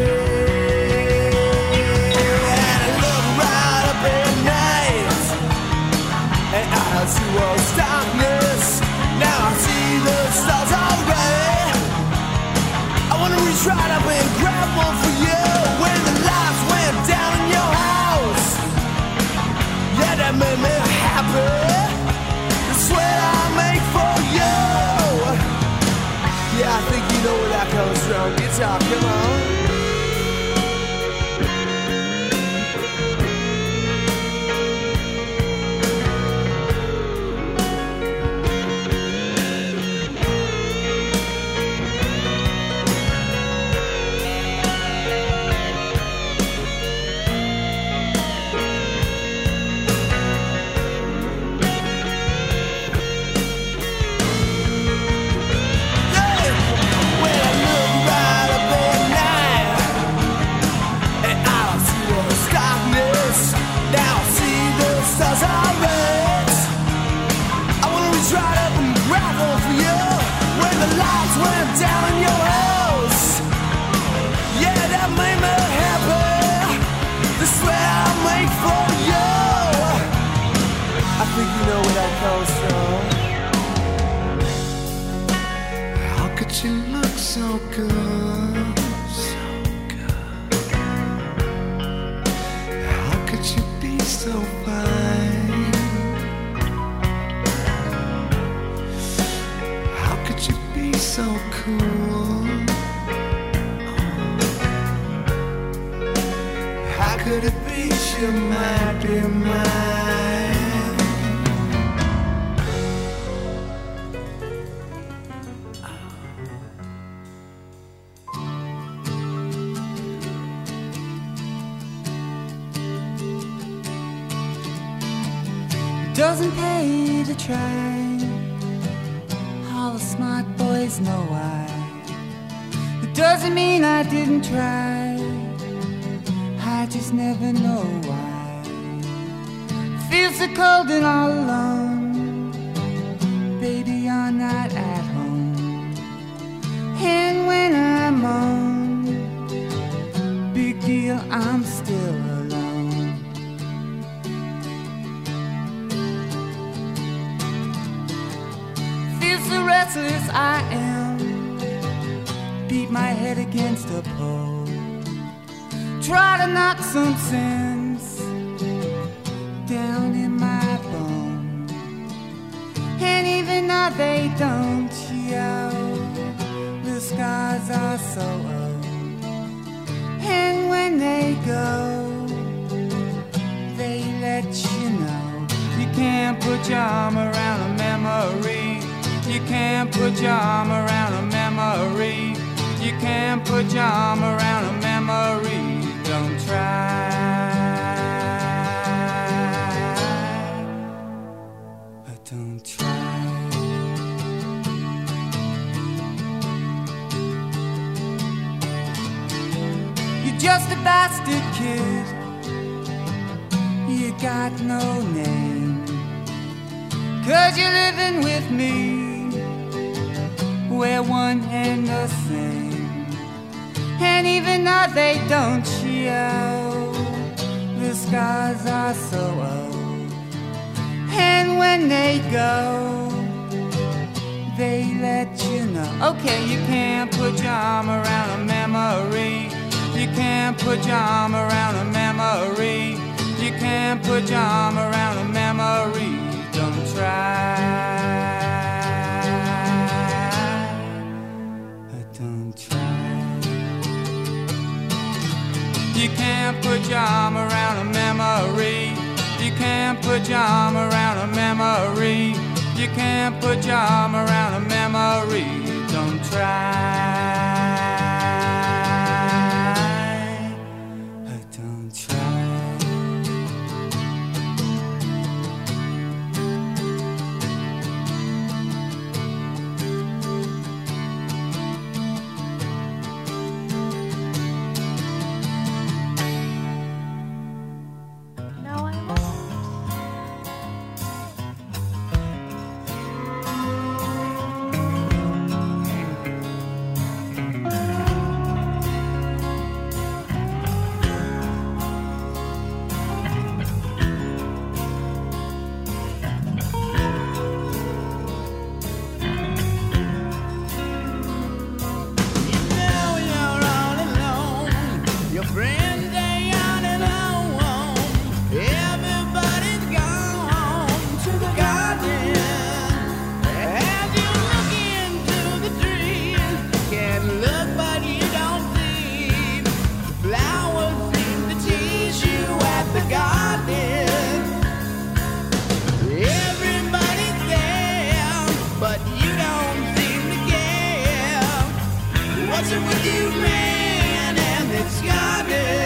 Towards darkness, now I see the stars already. I wanna reach right up and grab one for you when the lights went down in your house. Yeah, that made me happy. The sweat I make for you. Yeah, I think you know where that comes from. Guitar, come on. lights went down in your house. Yeah, that made me happy. The sweat I make for you. I think you know where that comes from. How could you look so good? So good. How could you be so fine? How could you be so cool? How could it be you might be mine? Doesn't pay to try. All the smart boys know why. It doesn't mean I didn't try. I just never know why. Feel so cold and all alone. Baby, you're not at home. And when I'm on, big deal, I'm still alone. Feel so restless I am. Beat my head against a pole. Try to knock some sense down in my bones. And even though they don't show, the scars are so old. And when they go, they let you know. You can't put your arm around a memory. You can't put your arm around a memory. You can't put your arm around a memory. Don't try. Don't try. You're just a bastard kid. You got no name. 'Cause you're living with me. We're one and the same. And even though they don't show, the scars are so old. And when they go, they let you know. Okay, you can't put your arm around a memory. You can't put your arm around a memory. You can't put your arm around a memory. Don't try. Don't try. You can't put your arm around a memory. You can't put your arm around a memory. You can't put your arm around a memory. Don't try. Don't try. What's it with you, man, and this garden?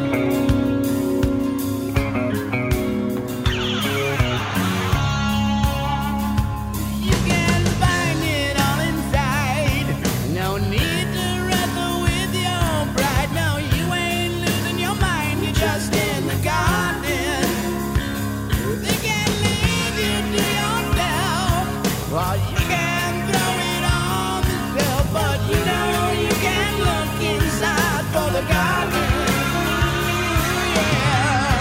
You can find it all inside. No need to wrestle with your pride. No, you ain't losing your mind. You're just in the garden. They can lead you to yourself. Or you can throw it on the shelf. But you know you can look inside for the garden. Yeah.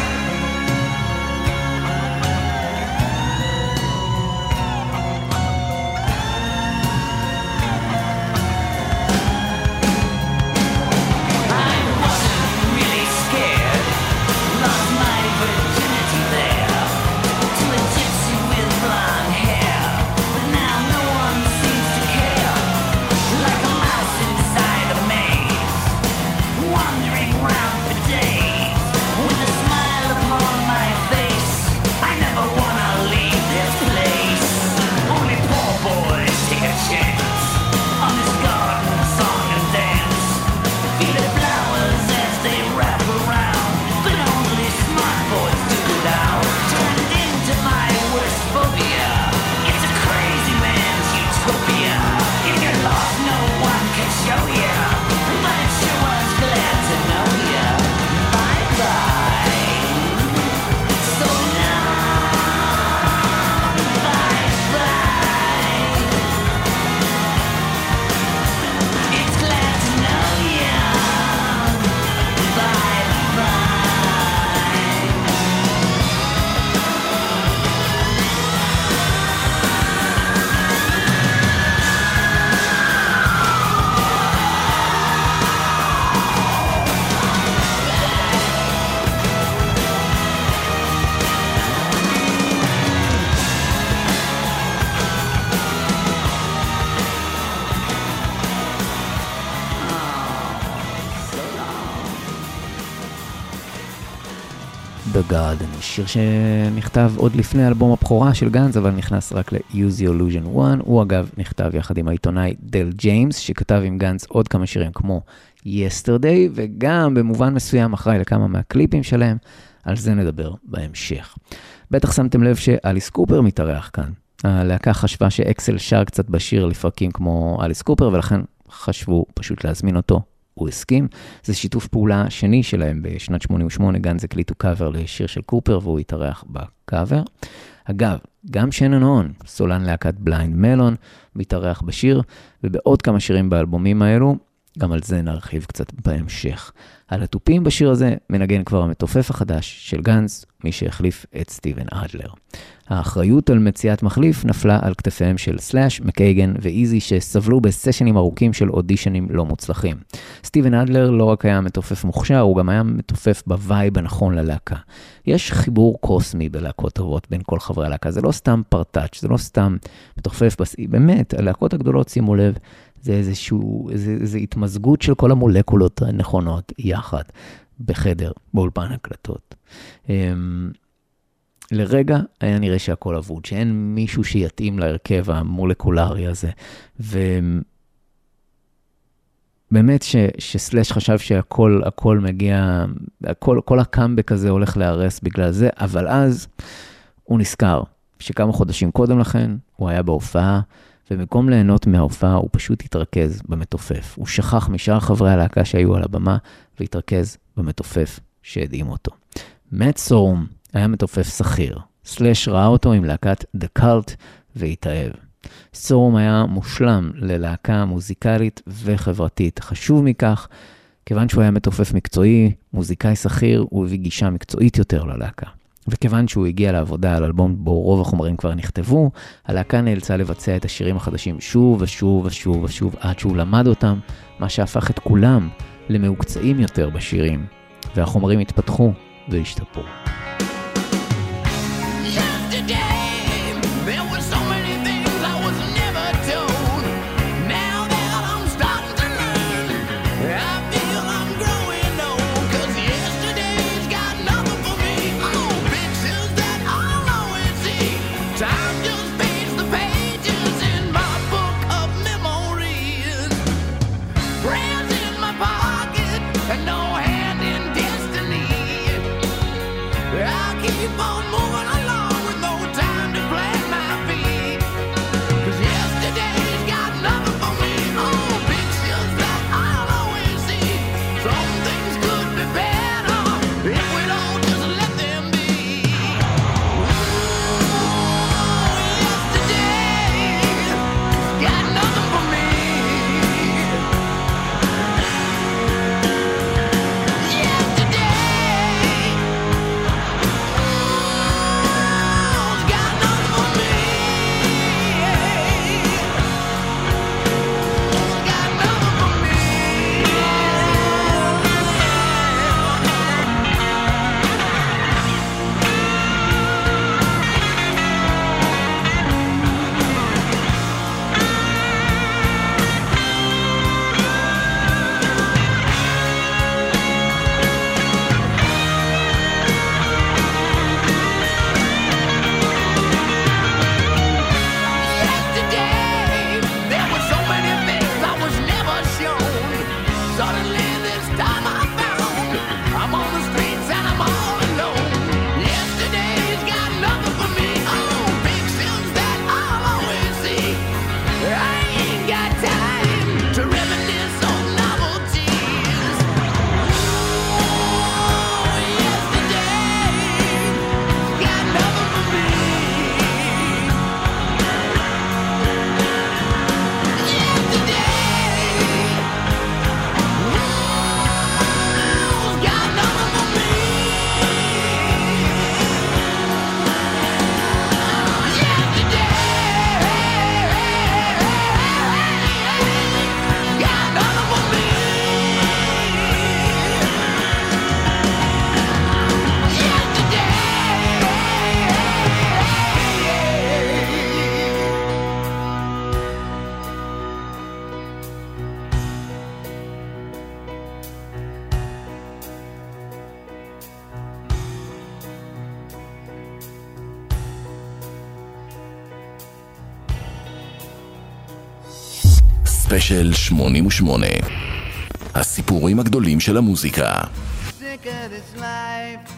I wasn't really scared. Lost my virginity there to a gypsy with blonde hair. But now no one seems to care. Like a mouse inside a maze, wandering round for days with a smile upon my face. I never wanna leave this place. Only poor boys take a chance on this garden song and dance. Feel the flowers as they wrap around, but only smart boys do it now. Turned into my worst phobia. It's a crazy man's utopia. If you're lost, no one can show ya, but it sure was glad to know ya. Bye bye. So long. Bye bye. It's glad to know ya. Bye bye. The Garden, שיר שנכתב עוד לפני אלבום הבכורה של גאנז, אבל נכנס רק ל-Use Your Illusion 1. הוא אגב נכתב יחד עם העיתונאי דל ג'יימס, שכתב עם גאנז עוד כמה שירים כמו Yesterday, וגם במובן מסוים אחראי לכמה מהקליפים שלהם. על זה נדבר בהמשך. בטח שמתם לב שאליס קופר מתארח כאן. הלהקה חשבה שאקסל שר קצת בשיר לפרקים כמו אליס קופר, ולכן חשבו פשוט להזמין אותו. הוא הסכים. זה שיתוף פעולה שני שלהם. בשנת 88 גאנז הקליטו קאבר לשיר של קופר, והוא התארח בקאבר. אגב, גם שנון הון, סולן להקת בליינד מלון, מתארח בשיר, ובעוד כמה שירים באלבומים האלו, גם על זה נרחיב קצת בהמשך. על הטופים בשיר הזה מנגן כבר המתופף החדש של גאנז, מי שהחליף את סטיבן אדלר. האחריות על מציאת מחליף נפלה על כתפיהם של סלאש, מקייגן ואיזי, שסבלו בסשנים ארוכים של אודישנים לא מוצלחים. סטיבן אדלר לא רק היה מתופף מוכשר, הוא גם היה מתופף בווייב הנכון ללהקה. יש חיבור קוסמי בלהקות טובות בין כל חברי הלהקה, זה לא סתם פרטאץ', זה לא סתם מתופף, באמת, הלהקות הגדולות, שימו לב, זה איזו התמזגות של כל המולקולות הנכונות יחד בחדר, באולפן הקלטות. לרגע היה נראה שהכל אבוד, שאין מישהו שיתאים להרכב המולקולרי הזה, ובאמת שסלש חשב שהכל מגיע, כל הקאמבק הזה הולך להרס בגלל זה, אבל אז הוא נזכר שכמה חודשים קודם לכן הוא היה בהופעה, ובמקום ליהנות מההופעה הוא פשוט התרכז במתופף. הוא שכח משאר חברי הלהקה שהיו על הבמה, והתרכז במתופף שהדהים אותו. מאט סורום היה מתופף שכיר. סלש ראה אותו עם להקת The Cult והתאהב. סורום היה מושלם ללהקה מוזיקלית וחברתית. חשוב מכך, כיוון שהוא היה מתופף מקצועי, מוזיקאי שכיר, הוא הביא גישה מקצועית יותר ללהקה. וכיוון שהוא הגיע לעבודה על אלבום בו רוב החומרים כבר נכתבו, הלהקה נאלצה לבצע את השירים החדשים שוב ושוב ושוב ושוב עד שהוא למד אותם, מה שהפך את כולם למעוקצעים יותר בשירים, והחומרים התפתחו והשתפרו. Prayers in my pocket and no hand in destiny. ספיישל 88. הסיפורים הגדולים של המוזיקה. Sick of this life,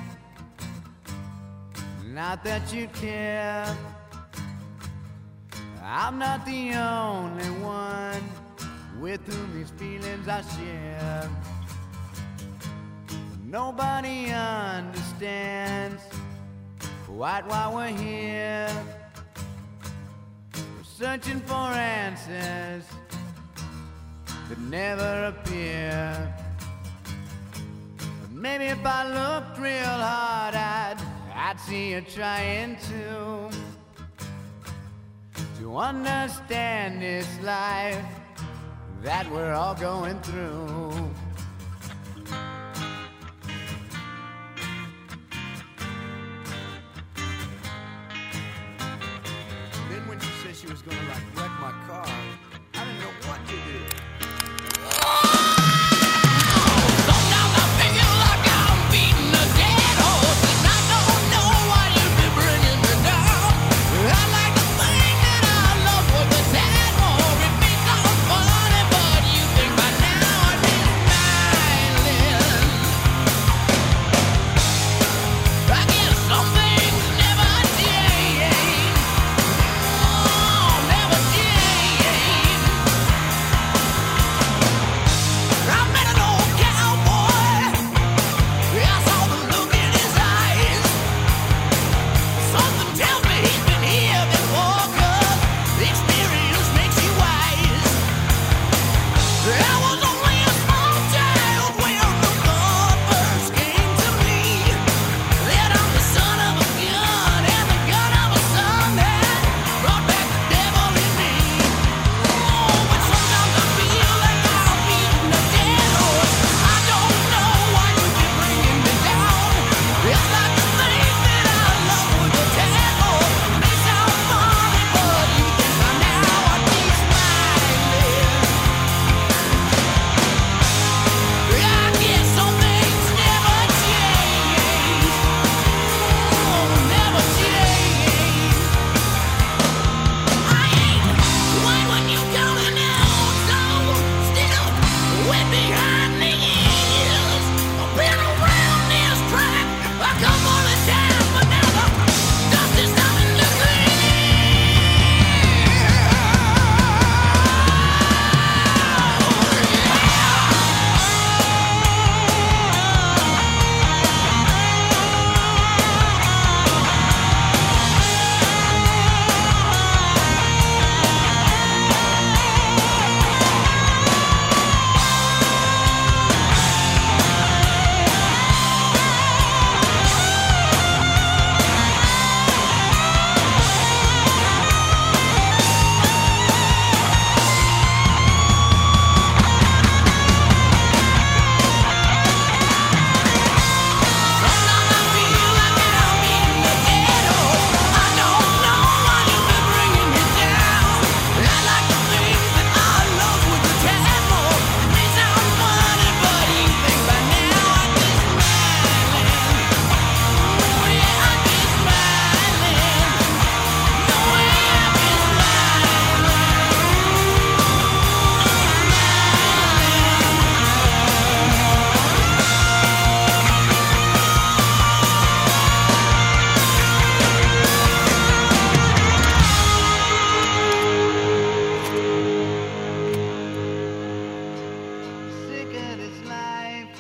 not that you care. I'm not the only one with whom these feelings I share. Nobody understands quite why we're here. We're searching for answers that never appear. But maybe if I looked real hard, I'd see you trying to understand this life that we're all going through. Then when she said she was gonna like wreck my car, I didn't know what to do. Sometimes I feel like I'm beating a dead horse, and I don't know why you've been bringing me down. I like to think that our love was a tad more. It may sound funny, but you think by now I'd be smiling. I guess some things never change. Oh, never change. I met an old cowboy. I saw the look in his eyes. Something tells me he's been here before, 'cause experience makes you wise. I was only a small child when the thought first came to me that I'm the son of a gun and the gun of a son that brought back the devil in me. Oh, but sometimes I feel like I'm beating a dead horse. I don't know why you've been bringing me down. It's like to think that our love was a tad more. May sound funny, but you think by now I'd be smiling. I guess some things never change. Oh, never change. I ain't quite what you calling out, so still wet behind the ears. I've been around this track a couple of times, but now the dust is starting to clear. Sometimes I feel like I'm beating a dead horse. I don't know why you've been bringing me down. I like to think that our love was a tad more. It may sound funny, but you think by now I'd be smiling. Oh yeah, I'd be smiling. No way I'd be Sick of this life,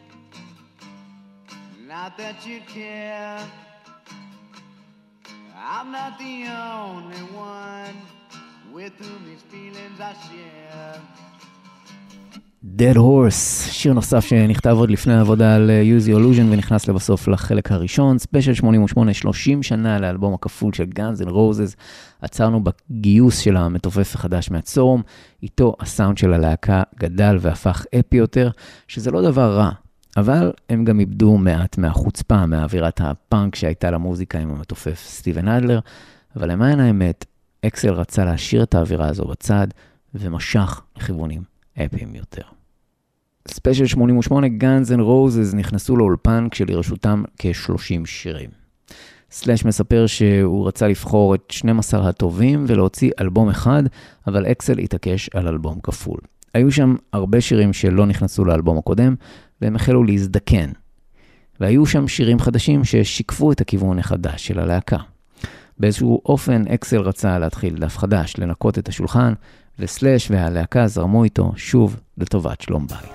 not that you care. I'm not the only one with whom these feelings I share. Dead Horse, שיר נוסף שנכתב עוד לפני העבודה על Use Your Illusion ונכנס לבסוף לחלק הראשון. ספיישל 88, 30 שנה לאלבום הכפול של Guns N' Roses. עצרנו בגיוס של המתופף החדש מהצורם, איתו הסאונד של הלהקה גדל והפך אפי יותר, שזה לא דבר רע, אבל הם גם איבדו מעט מהחוצפה, מהאווירת הפאנק שהייתה למוזיקה עם המתופף סטיבן אדלר, אבל למען האמת, אקסל רצה להשאיר את האווירה הזו בצד, ומשך לכיוונים אפיים יותר. ספיישל 88, Guns N' Roses נכנסו לאולפן כשלרשותם כ-30 שירים. סלאש מספר שהוא רצה לבחור את 12 הטובים ולהוציא אלבום אחד, אבל אקסל התעקש על אלבום כפול. היו שם הרבה שירים שלא נכנסו לאלבום הקודם, והם החלו להזדקן. והיו שם שירים חדשים ששיקפו את הכיוון החדש של הלהקה. באיזשהו אופן אקסל רצה להתחיל דף חדש, לנקות את השולחן, וסלאש והלהקה זרמו איתו שוב לטובת שלום בית.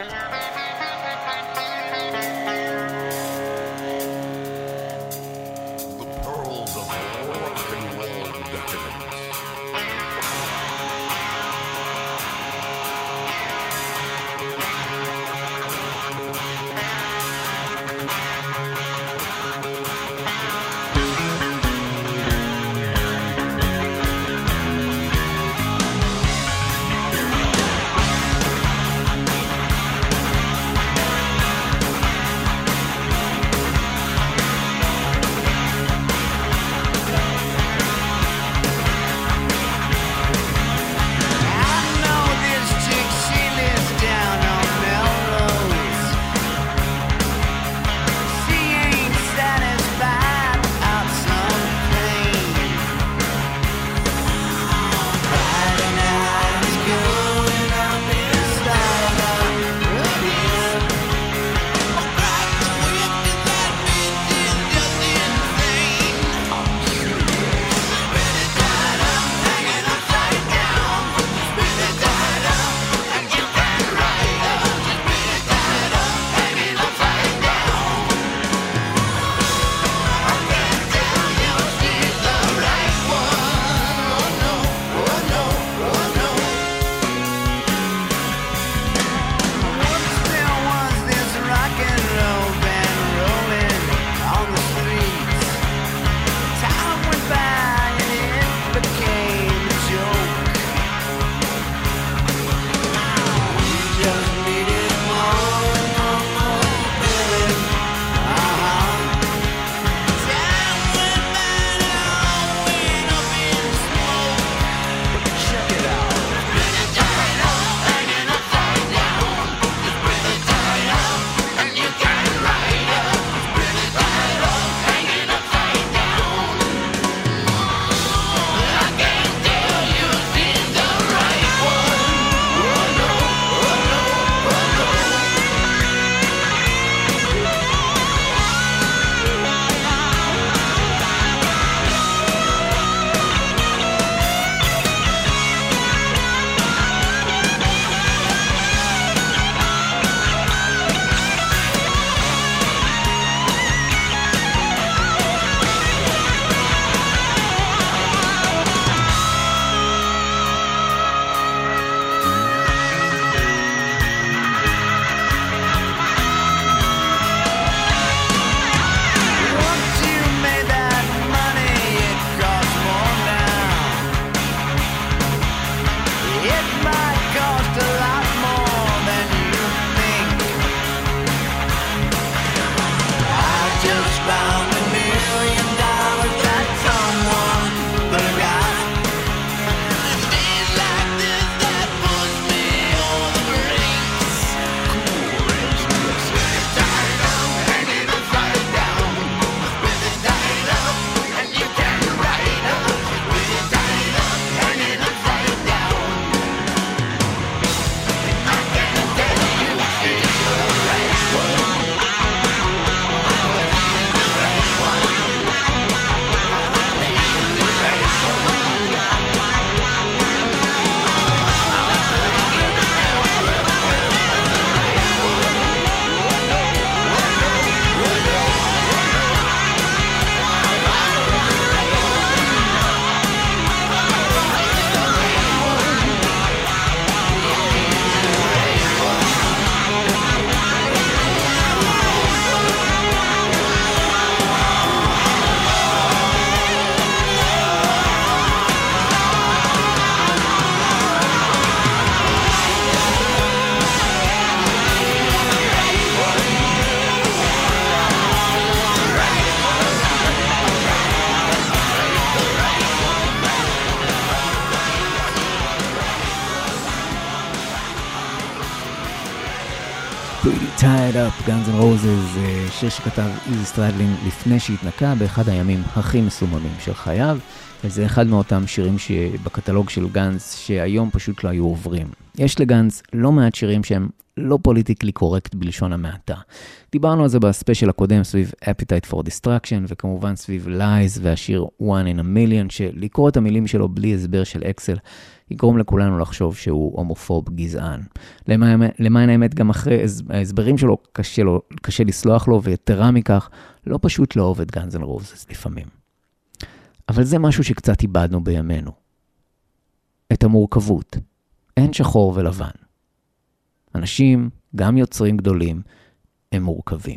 Light Up, Guns N' Roses, שיר שכתב איזי סטרדלין לפני שהתנקה באחד הימים הכי מסוממים של חייו, וזה אחד מאותם שירים שבקטלוג של גאנס שהיום פשוט לא היו עוברים. יש לגאנס לא מעט שירים שהם לא פוליטיקלי קורקט בלשון המעטה. דיברנו על זה בספיישל הקודם סביב Appetite for Destruction, וכמובן סביב Lies והשיר One in a Million, שלקרוא את המילים שלו בלי הסבר של אקסל, יגרום לכולנו לחשוב שהוא הומופוב גזען. למען האמת, גם אחרי ההסברים שלו קשה לסלוח לו, ויתרה מכך, לא פשוט לאהוב את Guns N' Roses לפעמים. אבל זה משהו שקצת איבדנו בימינו. את המורכבות. אין שחור ולבן. אנשים, גם יוצרים גדולים, הם מורכבים.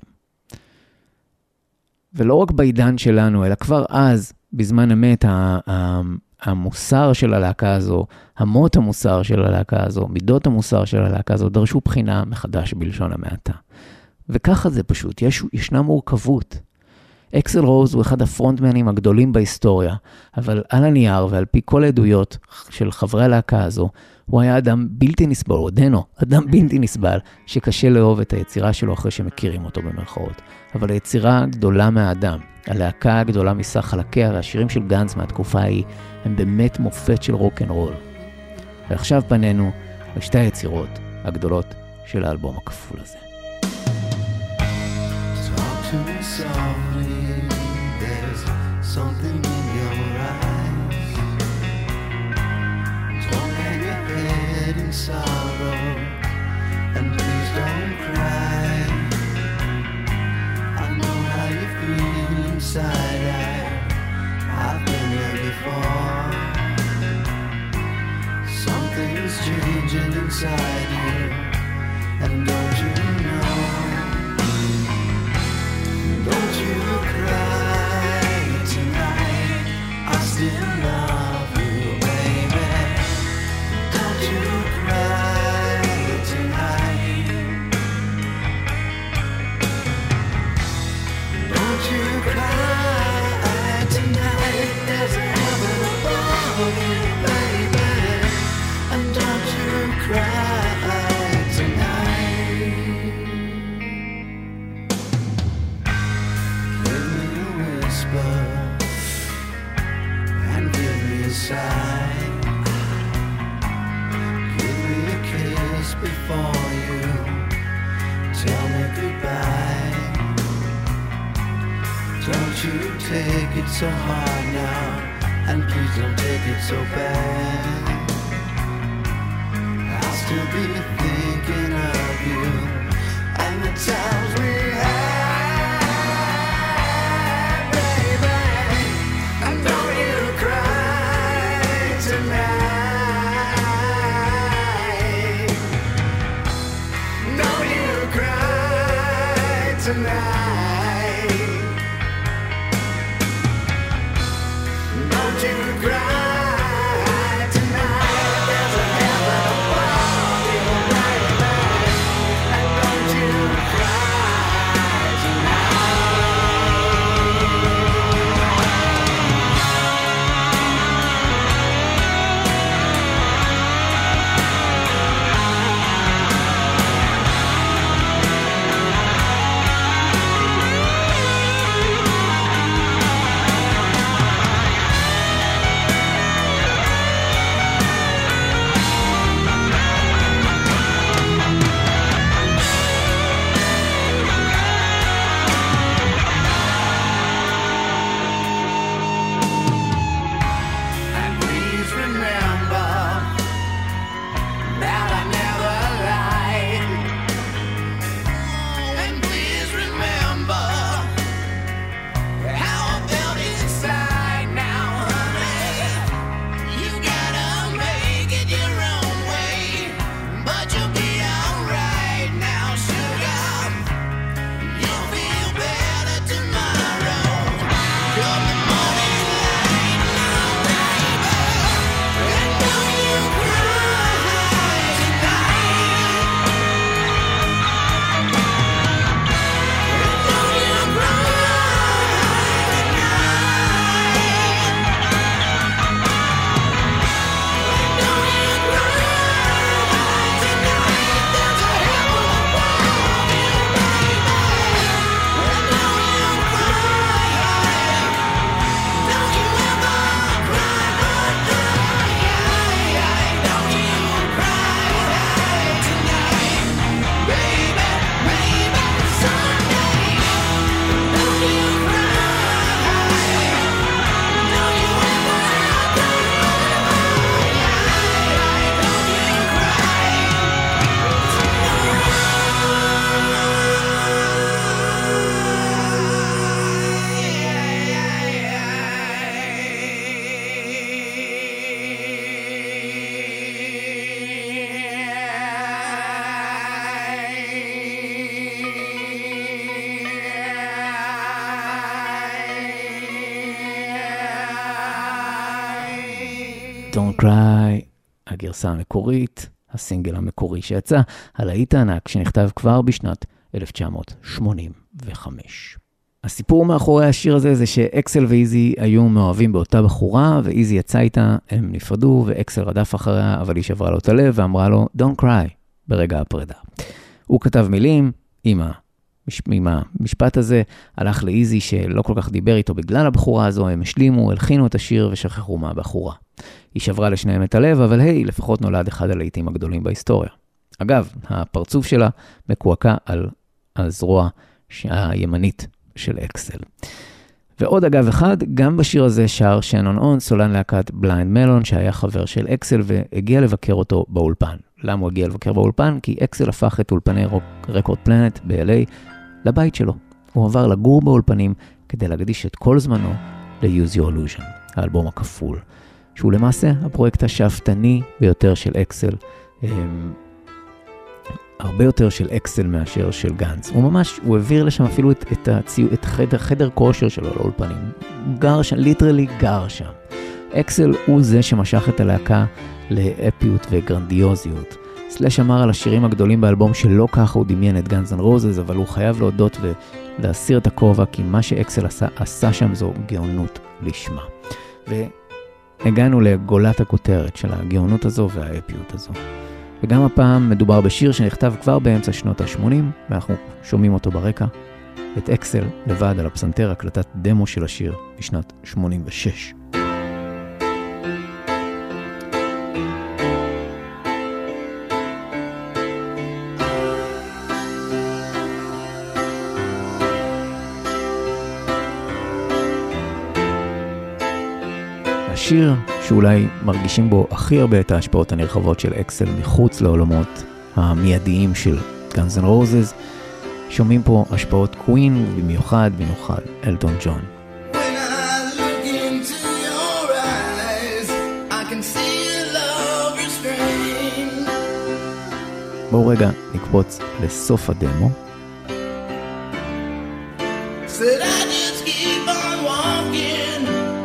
ולא רק בעידן שלנו, אלא כבר אז, בזמן אמת, המוסר של הלהקה הזו, המות המוסר של הלהקה הזו, מידות המוסר של הלהקה הזו, דרשו בחינה מחדש בלשון המעטה. וככה זה פשוט, ישנה מורכבות. אקסל רוז הוא אחד הפרונטמנים הגדולים בהיסטוריה, אבל על הנייר ועל פי כל העדויות של חברי הלהקה הזו, הוא היה אדם בלתי נסבל, עודנו, אדם בלתי נסבל, שקשה לאהוב את היצירה שלו אחרי שמכירים אותו במרכאות. אבל היצירה גדולה מהאדם, הלהקה הגדולה מסך חלקיה, והשירים של גאנס מהתקופה ההיא, הם באמת מופת של רוק אנד רול. ועכשיו פנינו לשתי היצירות הגדולות של האלבום הכפול הזה. Talk to me softly, there's something in your eyes. Don't hang your head in sorrow, and please don't cry. I know how you feel inside, I've been there before. Something's changing inside you, and don't you know? Don't you cry tonight, I still love you, baby. Don't you cry tonight. Don't you cry tonight, there's a heaven above you, baby. And don't you cry tonight. Give me a whisper and give me a sigh. Give me a kiss before you tell me goodbye. Don't you take it so hard now, and please don't take it so bad. I'll still be thinking of you and the times we had, baby. And don't you cry tonight. Don't you cry tonight. Don't you cry tonight. There's a heaven above you, baby. And don't you cry Don't Cry, הגרסה המקורית, הסינגל המקורי שיצא, הלהיט הענק שנכתב כבר בשנת 1985. הסיפור מאחורי השיר הזה זה שאקסל ואיזי היו מאוהבים באותה בחורה, ואיזי יצא איתה, הם נפרדו, ואקסל רדף אחריה, אבל היא שברה לו את הלב ואמרה לו, Don't Cry, ברגע הפרידה. הוא כתב מילים עם המשפט הזה, הלך לאיזי שלא כל כך דיבר איתו בגלל הבחורה הזו, הם השלימו, הלחינו את השיר ושכחו מהבחורה. היא שברה לשניהם את הלב, אבל היי, לפחות נולד אחד הלהיטים הגדולים בהיסטוריה. אגב, הפרצוף שלה מקועקע על הזרוע הימנית של אקסל. ועוד אגב אחד, גם בשיר הזה שר שנון און, סולן להקת בליינד מלון, שהיה חבר של אקסל והגיע לבקר אותו באולפן. למה הוא הגיע לבקר באולפן? כי אקסל הפך את אולפני רקורד פלנט ב-LA לבית שלו. הוא עבר לגור באולפנים כדי להקדיש את כל זמנו ל-Use Your Illusion, האלבום הכפול, שהוא למעשה הפרויקט השאפתני ביותר של אקסל, הרבה יותר של אקסל מאשר של גנץ. הוא העביר לשם אפילו את חדר כושר שלו לאולפנים. הוא גר שם, ליטרלי גר שם. אקסל הוא זה שמשך את הלהקה לאפיות וגרנדיוזיות. סלש אמר על השירים הגדולים באלבום שלא ככה הוא דמיין את גאנז אנד רוזז, אבל הוא חייב להודות ולהסיר את הכובע, כי מה שאקסל עשה שם זו גאונות לשמה. והגענו לגולת הכותרת של הגאונות הזו והאפיות הזו. וגם הפעם מדובר בשיר שנכתב כבר באמצע שנות ה-80, ואנחנו שומעים אותו ברקע, את אקסל לבד על הפסנתר, הקלטת דמו של השיר בשנת 86. השיר שאולי מרגישים בו הכי הרבה את ההשפעות הנרחבות של אקסל מחוץ לעולמות המיידיים של גאנז אנד רוזז. שומעים פה השפעות קווין, במיוחד אלטון ג'ון. When I look into your eyes, I can see a love restrained. בואו רגע נקפוץ לסוף הדמו. Said I just keep on walking,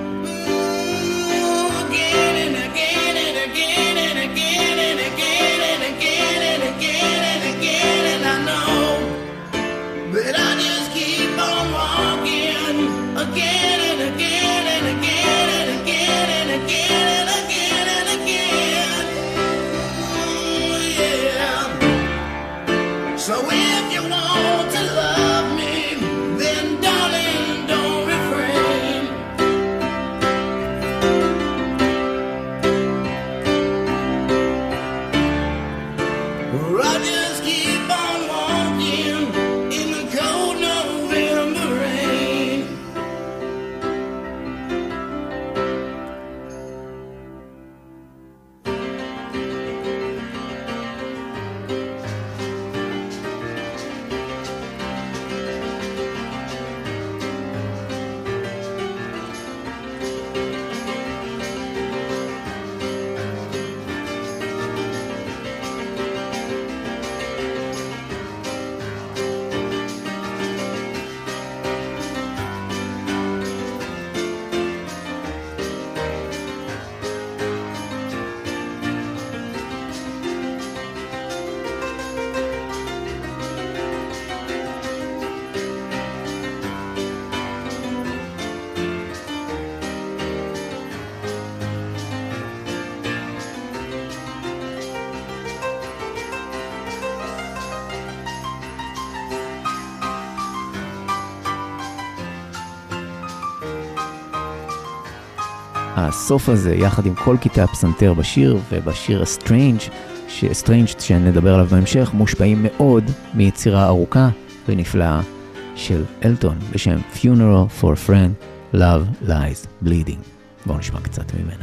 again and again and again and again and again and again and again and again, and I know that I just keep on walking, again and again and again and again and again and again and again. Yeah. So if you want to love me, then darling, don't refrain. Or I just keep on walking in the cold November rain. הסוף הזה, יחד עם כל קטעי הפסנתר בשיר, ובשיר Strange שנדבר עליו בהמשך, מושפעים מאוד מיצירה ארוכה ונפלאה של אלטון, בשם Funeral for a Friend, Love Lies Bleeding. בואו נשמע קצת ממנה.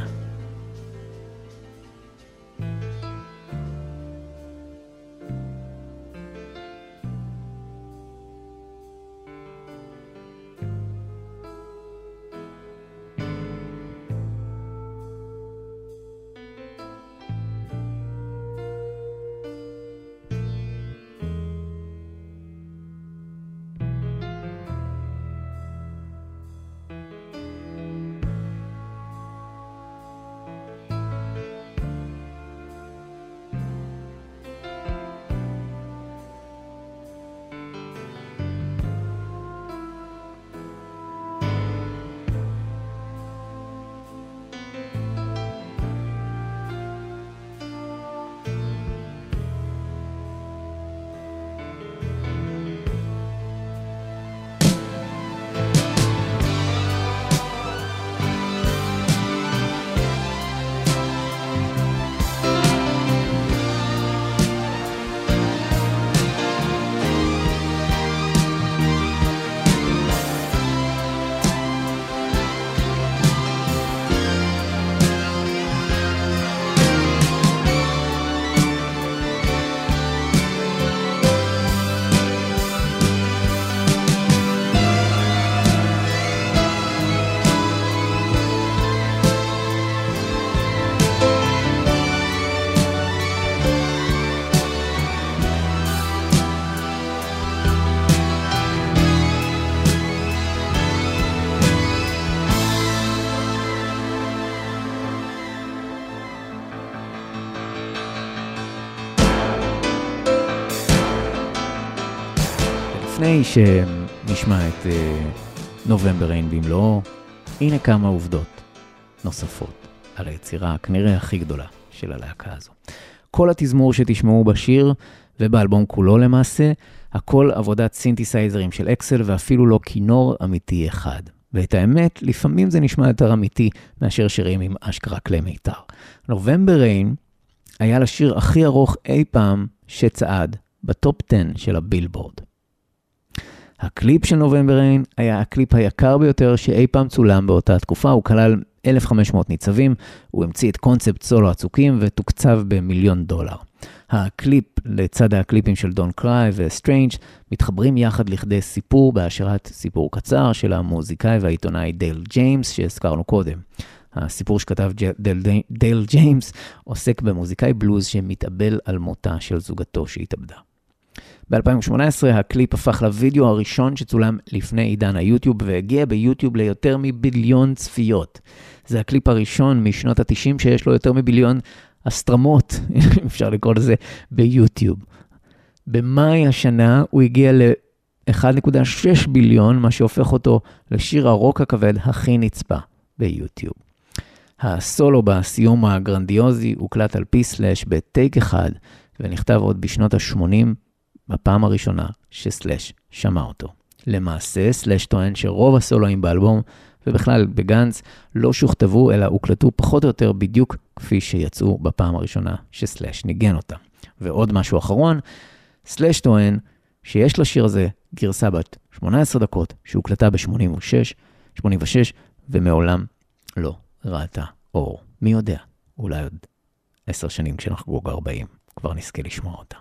לפני שנשמע את נובמבר ריין במלואו, הנה כמה עובדות נוספות על היצירה כנראה הכי גדולה של הלהקה הזו. כל התזמור שתשמעו בשיר ובאלבום כולו למעשה, הכל עבודת סינתסייזרים של אקסל ואפילו לא כינור אמיתי אחד. ואת האמת, לפעמים זה נשמע יותר אמיתי מאשר שירים עם אשכרה כלי מיתר. נובמבר ריין היה לשיר הכי ארוך אי פעם שצעד בטופ 10 של הבילבורד. הקליפ של נובמבר ריין היה הקליפ היקר ביותר שאי פעם צולם באותה תקופה, הוא כלל 1,500 ניצבים, הוא המציא את קונספט סולו הצוקים ותוקצב ב$1,000,000. הקליפ לצד הקליפים של דון קריי וסטרנג' מתחברים יחד לכדי סיפור בהשראת סיפור קצר של המוזיקאי והעיתונאי דייל ג'יימס שהזכרנו קודם. הסיפור שכתב דייל ג'יימס עוסק במוזיקאי בלוז שמתאבל על מותה של זוגתו שהתאבדה. ב-2018 הקליפ הפך לוידאו הראשון שצולם לפני עידן היוטיוב והגיע ביוטיוב ליותר מ1,000,000,000 צפיות. זה הקליפ הראשון משנות ה-90 שיש לו יותר מ1,000,000,000 הסטרמות, אם אפשר לקרוא לזה, ביוטיוב. במאי השנה הוא הגיע ל-1.6 ביליון, מה שהופך אותו לשיר הרוק הכבד הכי נצפה ביוטיוב. הסולו בסיום הגרנדיוזי הוקלט על פי סלאש בטייק אחד, ונכתב עוד בשנות ה-80 בפעם הראשונה שסלאש שמע אותו. למעשה, סלאש טוען שרוב הסולואים באלבום, ובכלל בגנץ, לא שוכתבו אלא הוקלטו פחות או יותר בדיוק כפי שיצאו בפעם הראשונה שסלאש ניגן אותם. ועוד משהו אחרון, סלאש טוען שיש לשיר הזה גרסה בת 18 דקות שהוקלטה ב-86 ומעולם לא ראתה אור. מי יודע, אולי עוד 10 שנים כשנחגוג 40 כבר נזכה לשמוע אותה.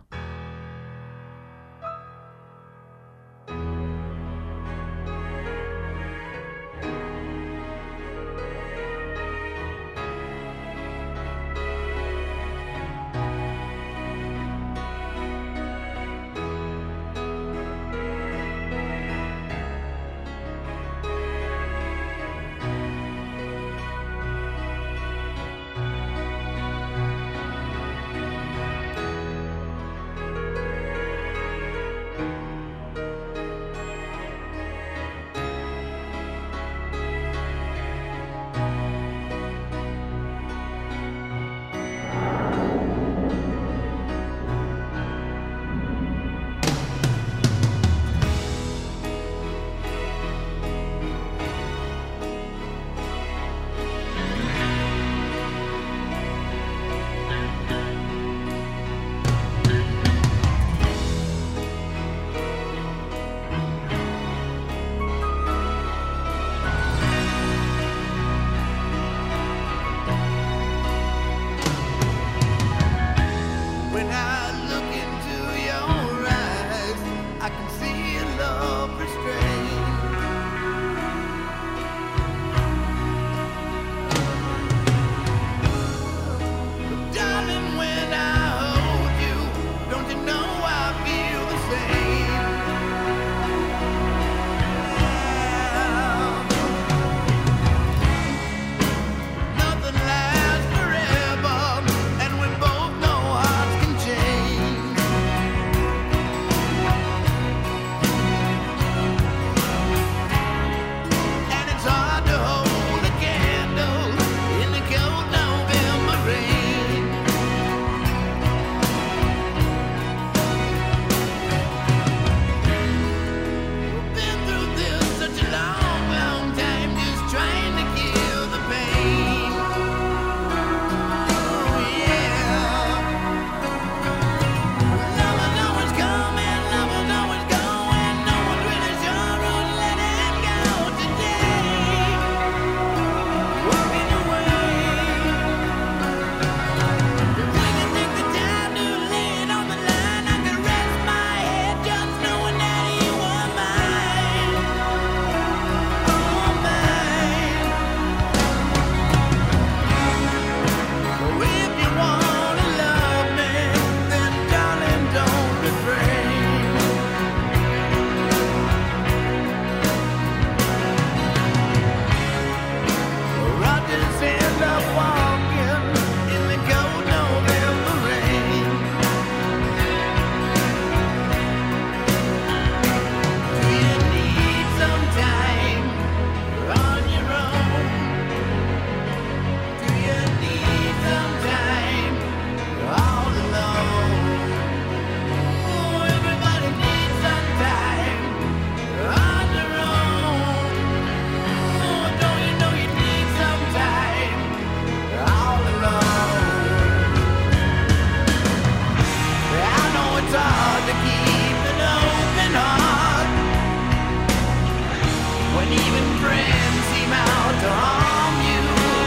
friends seem out to harm you.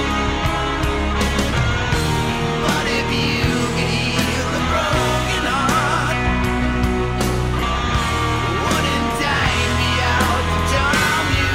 But if you could heal a broken heart, wouldn't time be out to charm you?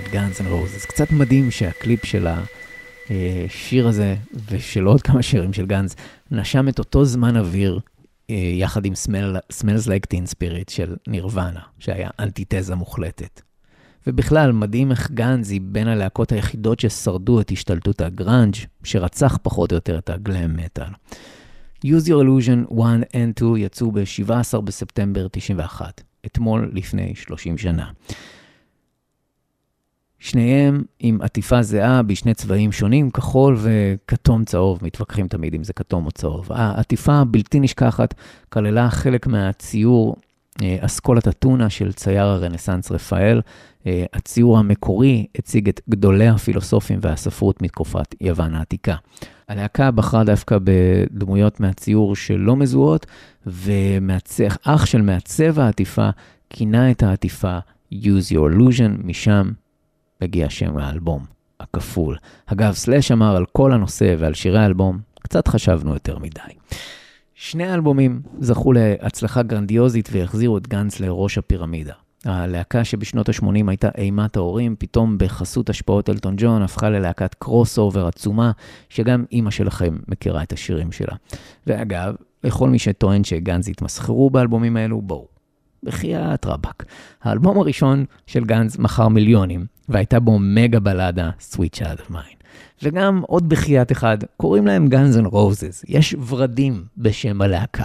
Guns N' Roses. קצת מדהים שהקליפ של השיר הזה ושל עוד כמה שירים של גאנז נשם את אותו זמן אוויר יחד עם Smells Like Teen Spirit של נירוונה, שהיה אנטיתזה מוחלטת. ובכלל, מדהים איך גאנז היא בין הלהקות היחידות ששרדו את השתלטות הגראנג' שרצח פחות או יותר את הגלם מטל. Use Your Illusion 1 and 2 יצאו ב-17 בספטמבר 91, אתמול לפני 30 שנה. שניהם עם עטיפה זהה בשני צבעים שונים, כחול וכתום צהוב, מתווכחים תמיד אם זה כתום או צהוב. העטיפה הבלתי נשכחת כללה חלק מהציור אסכולת אתונה של צייר הרנסנס רפאל. הציור המקורי הציג את גדולי הפילוסופים והספרות מתקופת יוון העתיקה. הלהקה בחרה דווקא בדמויות מהציור שלא מזוהות, ואח של מעצב העטיפה כינה את העטיפה Use Your Illusion, משם הגיע שם האלבום הכפול. אגב, סלאש אמר על כל הנושא ועל שירי האלבום, קצת חשבנו יותר מדי. שני האלבומים זכו להצלחה גרנדיוזית והחזירו את גאנז לראש הפירמידה. הלהקה שבשנות ה-80 הייתה אימת ההורים, פתאום בחסות השפעות אלטון ג'ון הפכה ללהקת קרוס אובר עצומה, שגם אמא שלכם מכירה את השירים שלה. ואגב, לכל מי שטוען שגאנז התמסחרו באלבומים האלו, בואו. בחיית רבק. האלבום הראשון של גאנז מכר מיליונים, והייתה בו מגה בלדה, Sweet Child of Mine. וגם עוד בחיית אחד, קוראים להם Guns N' Roses. יש ורדים בשם הלהקה.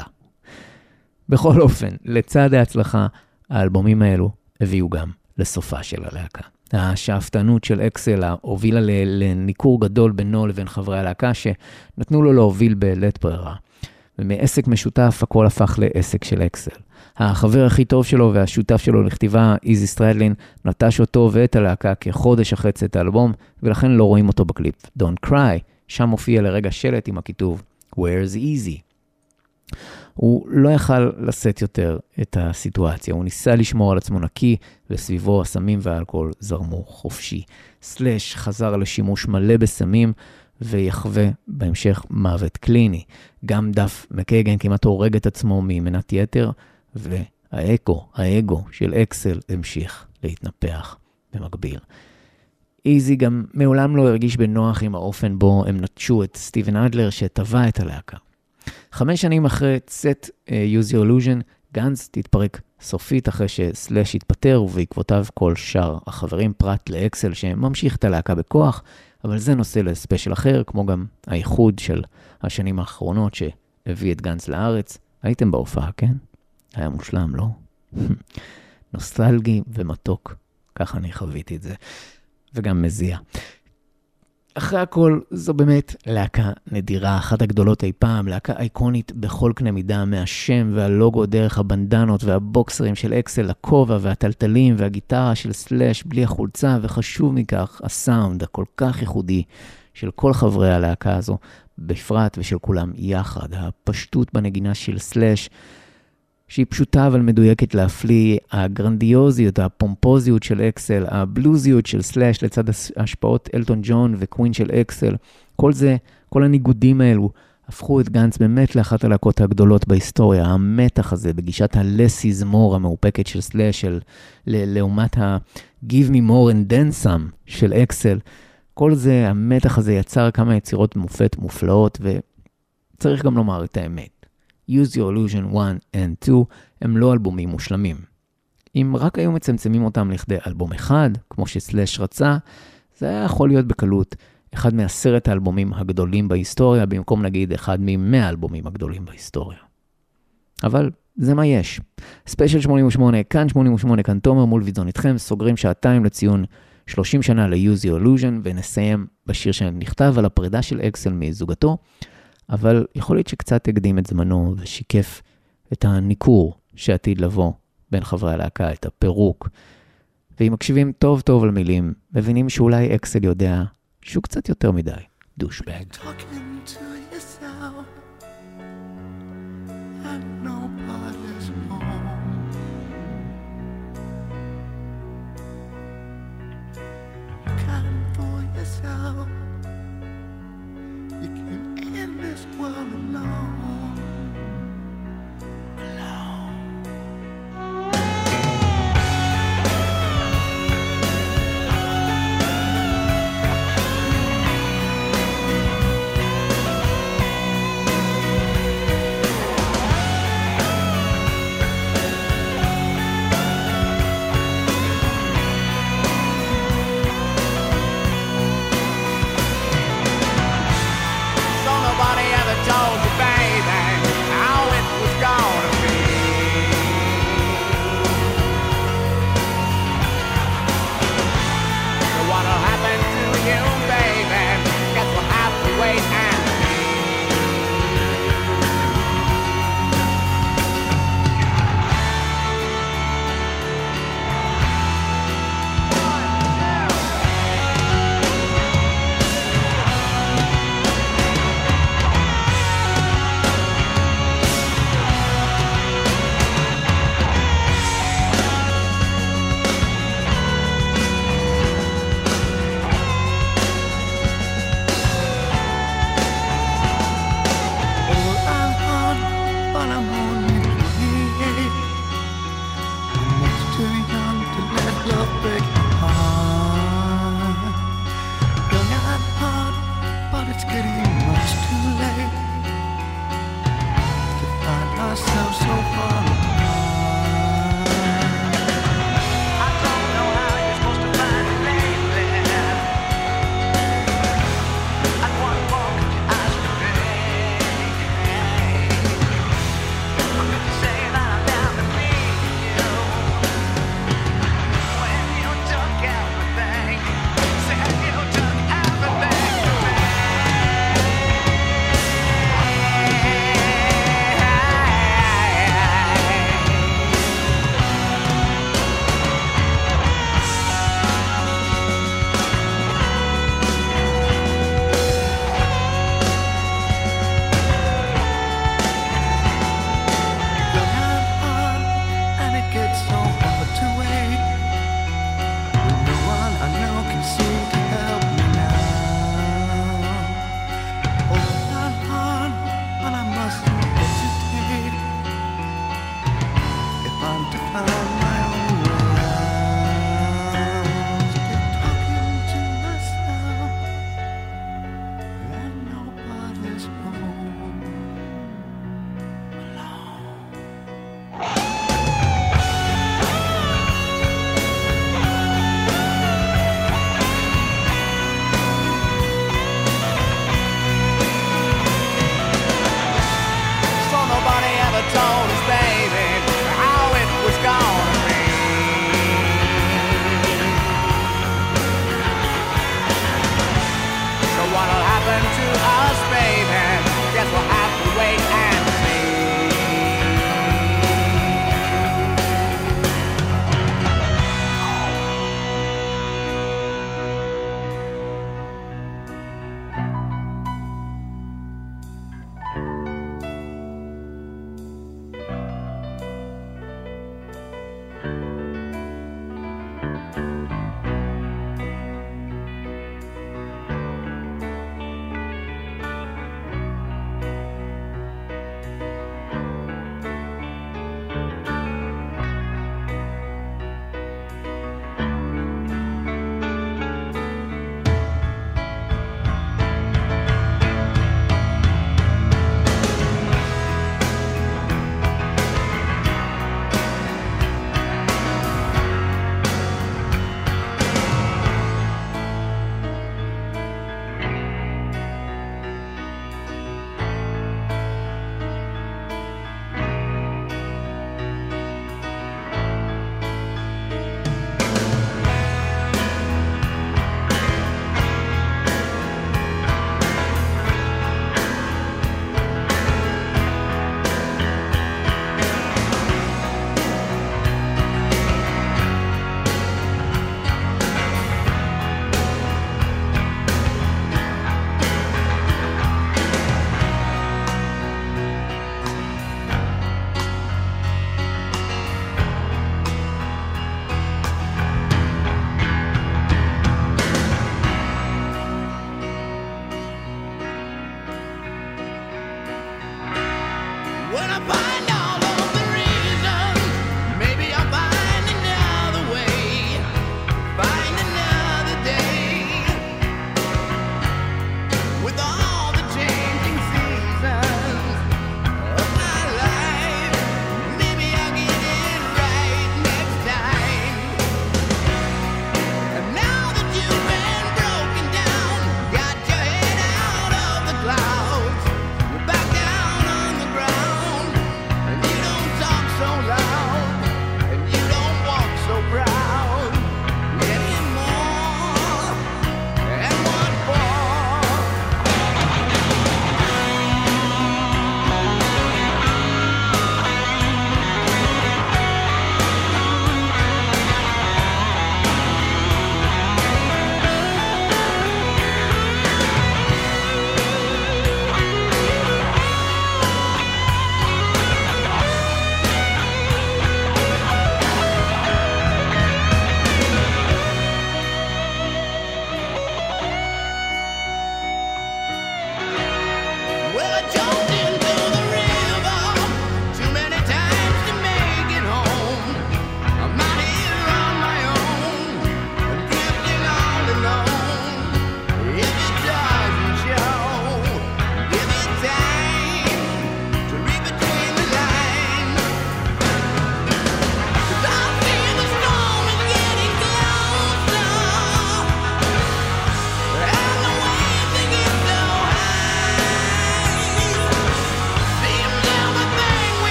בכל אופן, לצד ההצלחה, האלבומים האלו הביאו גם לסופה של הלהקה. השאפתנות של אקסל הובילה לניקור גדול בינו לבין חברי הלהקה, שנתנו לו להוביל בלית ברירה. ומעסק משותף הכל הפך לעסק של אקסל. החבר הכי טוב שלו והשותף שלו לכתיבה, איזי סטרדלין, נטש אותו ואת הלהקה כחודש אחרי צאת האלבום, ולכן לא רואים אותו בקליפ. Don't Cry, שם מופיע לרגע שלט עם הכיתוב Where's Easy? הוא לא יכל לשאת יותר את הסיטואציה, הוא ניסה לשמור על עצמו נקי, וסביבו הסמים והאלכוהול זרמו חופשי. סלאש חזר לשימוש מלא בסמים, ויחווה בהמשך מוות קליני. גם דף מקייגן כמעט הורג את עצמו ממנת יתר, והאגו של אקסל המשיך להתנפח במקביל. איזי גם מעולם לא הרגיש בנוח עם האופן בו הם נטשו את סטיבן אדלר שטבע את הלהקה. 5 שנים אחרי צאת Use Your Illusion, גאנז תתפרק סופית אחרי שסלאש התפטר, ובעקבותיו כל שאר החברים פרט לאקסל שממשיך את הלהקה בכוח, אבל זה נושא לספיישל אחר, כמו גם האיחוד של השנים האחרונות שהביא את גאנז לארץ. הייתם בהופעה, כן? היה מושלם, לא? נוסטלגי ומתוק, ככה אני חוויתי את זה, וגם מזיע. אחרי הכל, זו באמת להקה נדירה, אחת הגדולות אי פעם, להקה אייקונית בכל קנה מידה, מהשם והלוגו דרך הבנדנות והבוקסרים של אקסל, הכובע והטלטלים והגיטרה של סלאש בלי החולצה, וחשוב מכך, הסאונד הכל כך ייחודי של כל חברי הלהקה הזו, בפרט ושל כולם יחד, הפשטות בנגינה של סלאש, שהיא פשוטה אבל מדויקת להפליא, הגרנדיוזיות, הפומפוזיות של אקסל, הבלוזיות של סלאש לצד השפעות אלטון ג'ון וקווין של אקסל, כל זה, כל הניגודים האלו, הפכו את גאנז באמת לאחת הלהקות הגדולות בהיסטוריה. המתח הזה בגישת ה-less is more המאופקת של סלאש, לעומת ה-give me more and then some של אקסל, כל זה, המתח הזה יצר כמה יצירות מופת מופלאות, וצריך גם לומר את האמת. Use Your Illusion 1 and 2 הם לא אלבומים מושלמים. אם רק היו מצמצמים אותם לכדי אלבום אחד, כמו שסלאש רצה, זה היה יכול להיות בקלות אחד מ10 האלבומים הגדולים בהיסטוריה, במקום נגיד אחד מ100 האלבומים הגדולים בהיסטוריה. אבל זה מה יש. ספיישל 88, כאן 88, כאן תומר מול ויזון איתכם, סוגרים שעתיים לציון 30 שנה ל-Use Your Illusion, ונסיים בשיר שנכתב על הפרידה של אקסל מזוגתו, אבל יכול להיות שקצת הקדים את זמנו ושיקף את הניקור שעתיד לבוא בין חברי הלהקה, את הפירוק. ואם מקשיבים טוב טוב על מילים, מבינים שאולי אקסל יודע שהוא קצת יותר מדי דושבג. Talking to yourself and nobody's home. Kind for yourself. You can end this world alone. Alone.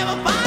never find